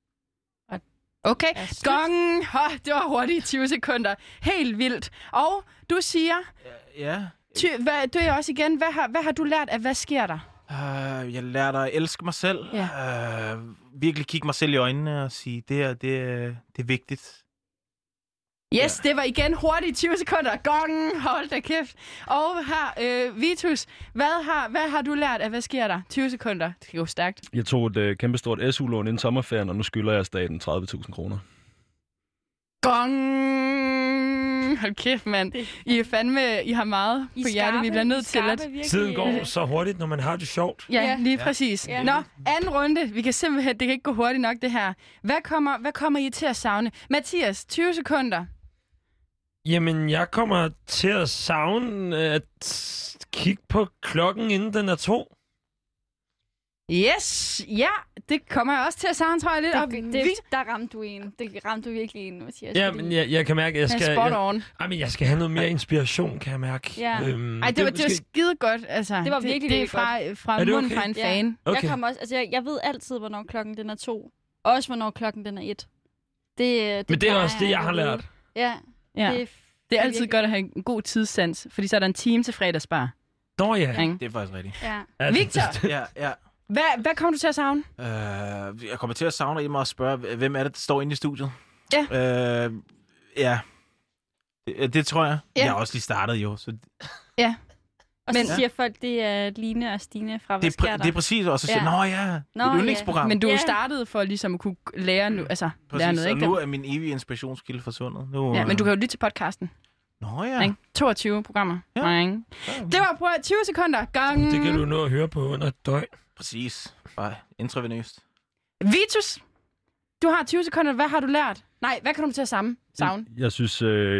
Speaker 1: Okay, gong! Det var hurtigt, 20 sekunder. Helt vildt. Og du siger...
Speaker 7: Ja.
Speaker 1: Du er også igen. Hvad har du lært af, hvad sker der?
Speaker 7: Jeg lærte at elske mig selv.
Speaker 1: Ja.
Speaker 7: Virkelig kigge mig selv i øjnene og sige, det er vigtigt.
Speaker 1: Yes, det var igen hurtigt 20 sekunder. Gong, hold da kæft. Og her, Vitus, hvad har du lært af, hvad sker der? 20 sekunder, det skal gå stærkt.
Speaker 8: Jeg tog et kæmpestort SU-lån inden sommerferien, og nu skylder jeg staten 30.000 kroner.
Speaker 1: Gong! Hold kæft, mand. I er fandme, I har meget på hjertet. Vi bliver nødt til at...
Speaker 6: Tiden går så hurtigt, når man har det sjovt.
Speaker 1: Ja, lige præcis.
Speaker 2: Ja.
Speaker 1: Nå, anden runde. Vi kan simpelthen, det kan ikke gå hurtigt nok, det her. Hvad kommer I til at savne? Mathias, 20 sekunder.
Speaker 6: Jamen, jeg kommer til at savne at kigge på klokken, inden den er 2.
Speaker 1: Yes, ja, det kommer jeg også til at savne, tror jeg lidt. Og
Speaker 2: Der ramte du en. Det ramte du virkelig en, Mathias.
Speaker 6: Ja, men jeg kan mærke, at jeg skal have noget mere inspiration, kan jeg mærke.
Speaker 2: Ja.
Speaker 1: Ej, det var skide godt, altså.
Speaker 2: Det var virkelig
Speaker 1: det er fra munden fra en fan.
Speaker 6: Okay.
Speaker 2: Jeg kommer også, altså jeg ved altid, hvornår klokken den er 2. Også hvornår klokken den er 1. Det
Speaker 6: men det er også det, jeg har lært.
Speaker 2: Ja.
Speaker 1: Det er altid godt at have en god tidssans, fordi så er der en time til fredagsbar.
Speaker 6: Nå ja.
Speaker 7: Det er faktisk rigtigt.
Speaker 2: Ja.
Speaker 1: Victor,
Speaker 7: Ja.
Speaker 1: hvad kommer du til at savne?
Speaker 7: Jeg kommer til at savne en og spørge, hvem er det, der står inde i studiet?
Speaker 1: Ja.
Speaker 7: Ja. Det tror jeg.
Speaker 1: Ja.
Speaker 7: Jeg har også lige startet jo. Så
Speaker 1: Ja.
Speaker 2: Og så siger folk, det er Line og Stine fra Hvad sker der?
Speaker 7: det er præcis, og så siger det er et yndlingsprogram.
Speaker 1: Men du startede for ligesom at kunne lære nu, altså lære noget, ikke?
Speaker 7: Og nu er min evige inspirationskilde forsvundet. Nu,
Speaker 1: ja, men du kan jo lytte til podcasten.
Speaker 7: Nå ja.
Speaker 1: 22 programmer.
Speaker 7: Ja.
Speaker 1: Det var på 20 sekunder. Gang.
Speaker 6: Det kan du nå at høre på under et døgn.
Speaker 7: Præcis. Bare intravenøst.
Speaker 1: Vitus, du har 20 sekunder. Hvad har du lært? Nej, hvad kan du til at savne?
Speaker 8: Jeg synes,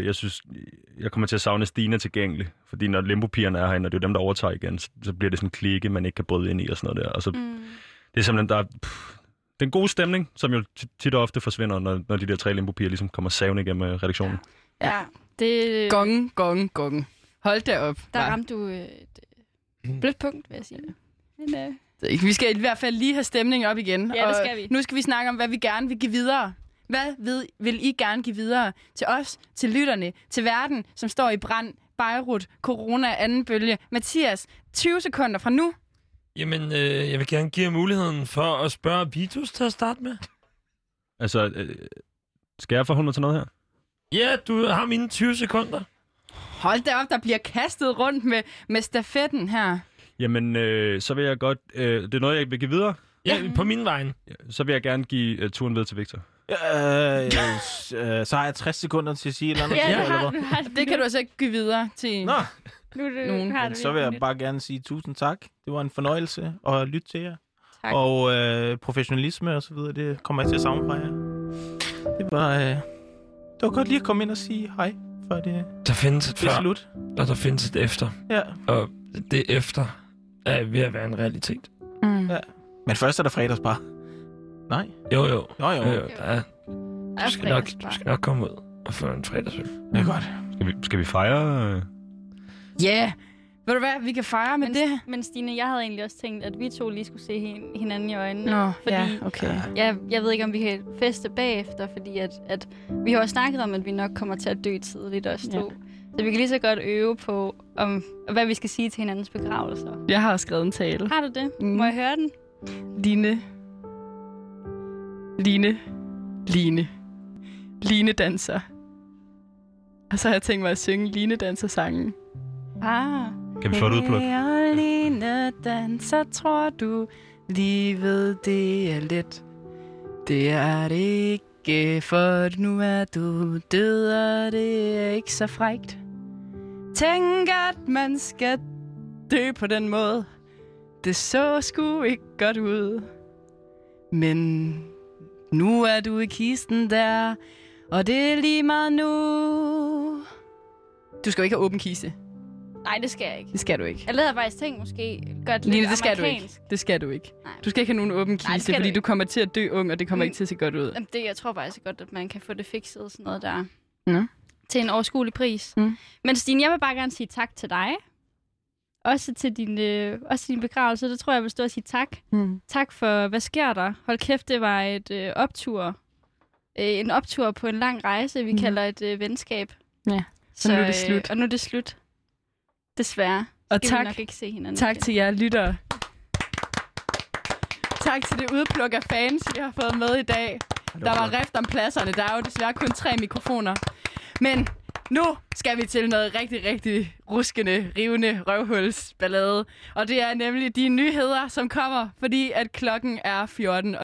Speaker 8: jeg kommer til at savne Stine tilgængelig. Fordi når Limbo-pigerne er herinde, og det er dem, der overtager igen, så bliver det sådan en klikke, man ikke kan bryde ind i og sådan noget der. Og så, det er simpelthen, det er en god stemning, som jo tit og ofte forsvinder, når de der 3 Limbo-piger ligesom kommer savne igennem redaktionen.
Speaker 2: Ja. Det...
Speaker 1: Gong. Hold da op.
Speaker 2: Der ramte du et blødt punkt, vil jeg sige. Men,
Speaker 1: vi skal i hvert fald lige have stemningen op igen.
Speaker 2: Ja, det skal vi.
Speaker 1: Nu skal vi snakke om, hvad vi gerne vil give videre. Hvad vil I gerne give videre til os, til lytterne, til verden, som står i brand, Beirut, corona, anden bølge? Mathias, 20 sekunder fra nu.
Speaker 6: Jamen, jeg vil gerne give jer muligheden for at spørge Vitus til at starte med.
Speaker 8: Altså, skal jeg forholde mig til noget her?
Speaker 6: Ja, du har mine 20 sekunder.
Speaker 1: Hold da op, der bliver kastet rundt med stafetten her.
Speaker 8: Jamen, så vil jeg godt... det er noget, jeg vil give videre.
Speaker 6: Ja, på min vej.
Speaker 8: Så vil jeg gerne give turen ved til Victor.
Speaker 7: Så har jeg 60 sekunder til at sige et eller andet.
Speaker 2: Ja,
Speaker 1: det kan du altså ikke give videre til nogen.
Speaker 7: Men så vil jeg bare gerne sige tusind tak. Det var en fornøjelse at lytte til jer.
Speaker 2: Tak.
Speaker 7: Og professionalisme og så videre, det kommer jeg til at savne fra jer. Det var godt lige at komme ind og sige hej, for det
Speaker 6: der findes et før,
Speaker 7: slut.
Speaker 6: Og der findes et efter.
Speaker 7: Ja.
Speaker 6: Og det efter er ved at være en realitet.
Speaker 7: Ja. Men først er der fredagsbar. Nej.
Speaker 6: Jo.
Speaker 2: Du
Speaker 6: skal nok komme ud og få en fredagsøl.
Speaker 7: Det er godt.
Speaker 8: Skal vi fejre?
Speaker 1: Ja. Ved du hvad, vi kan fejre med det.
Speaker 2: Men Stine, jeg havde egentlig også tænkt, at vi to lige skulle se hinanden i øjnene.
Speaker 1: Nå,
Speaker 2: fordi
Speaker 1: ja, okay.
Speaker 2: Jeg ved ikke, om vi kan feste bagefter, fordi at vi har jo snakket om, at vi nok kommer til at dø tidligt også to. Ja. Så vi kan lige så godt øve på, hvad vi skal sige til hinandens begravelser.
Speaker 1: Jeg har skrevet en tale.
Speaker 2: Har du det? Må jeg høre den?
Speaker 1: Line danser. Og så har jeg tænkt mig at synge Line danser-sangen.
Speaker 8: Kan vi få det udplukket?
Speaker 1: Hey, Line danser, tror du, livet det er let. Det er det ikke, for nu er du død, og det er ikke så frækt. Tænk, at man skal dø på den måde. Det så sgu ikke godt ud. Men nu er du i kisten der, og det er lige meget nu. Du skal jo ikke have åben kiste.
Speaker 2: Nej, det skal jeg ikke.
Speaker 1: Det skal du ikke.
Speaker 2: Jeg havde faktisk tænkt måske godt
Speaker 1: Line,
Speaker 2: lidt
Speaker 1: det skal
Speaker 2: amerikansk.
Speaker 1: du ikke. Det skal du ikke.
Speaker 2: Nej.
Speaker 1: Du skal ikke have nogen åben kiste, fordi du kommer til at dø ung, og det kommer ikke til at se godt ud.
Speaker 2: Jamen, jeg tror faktisk godt, at man kan få det fikset sådan noget der.
Speaker 1: Ja.
Speaker 2: Til en overskuelig pris. Men Stine, jeg vil bare gerne sige tak til dig. Også til din begravelse. Det tror jeg vil stå og sige tak. Tak for, hvad sker der? Hold kæft, det var et optur. En optur på en lang rejse, vi kalder et venskab.
Speaker 1: Ja, så nu er det slut.
Speaker 2: Og nu er det slut. Desværre.
Speaker 1: Og
Speaker 2: skal
Speaker 1: tak,
Speaker 2: vi nok ikke se hinanden
Speaker 1: tak
Speaker 2: igen.
Speaker 1: til jer lyttere. Tak til det udpluk af fans, vi har fået med i dag. Der var rift om pladserne. Der er jo desværre kun 3 mikrofoner. Men nu skal vi til noget rigtig, rigtig ruskende, rivende røvhulsballade. Og det er nemlig de nyheder, som kommer, fordi at klokken er 14.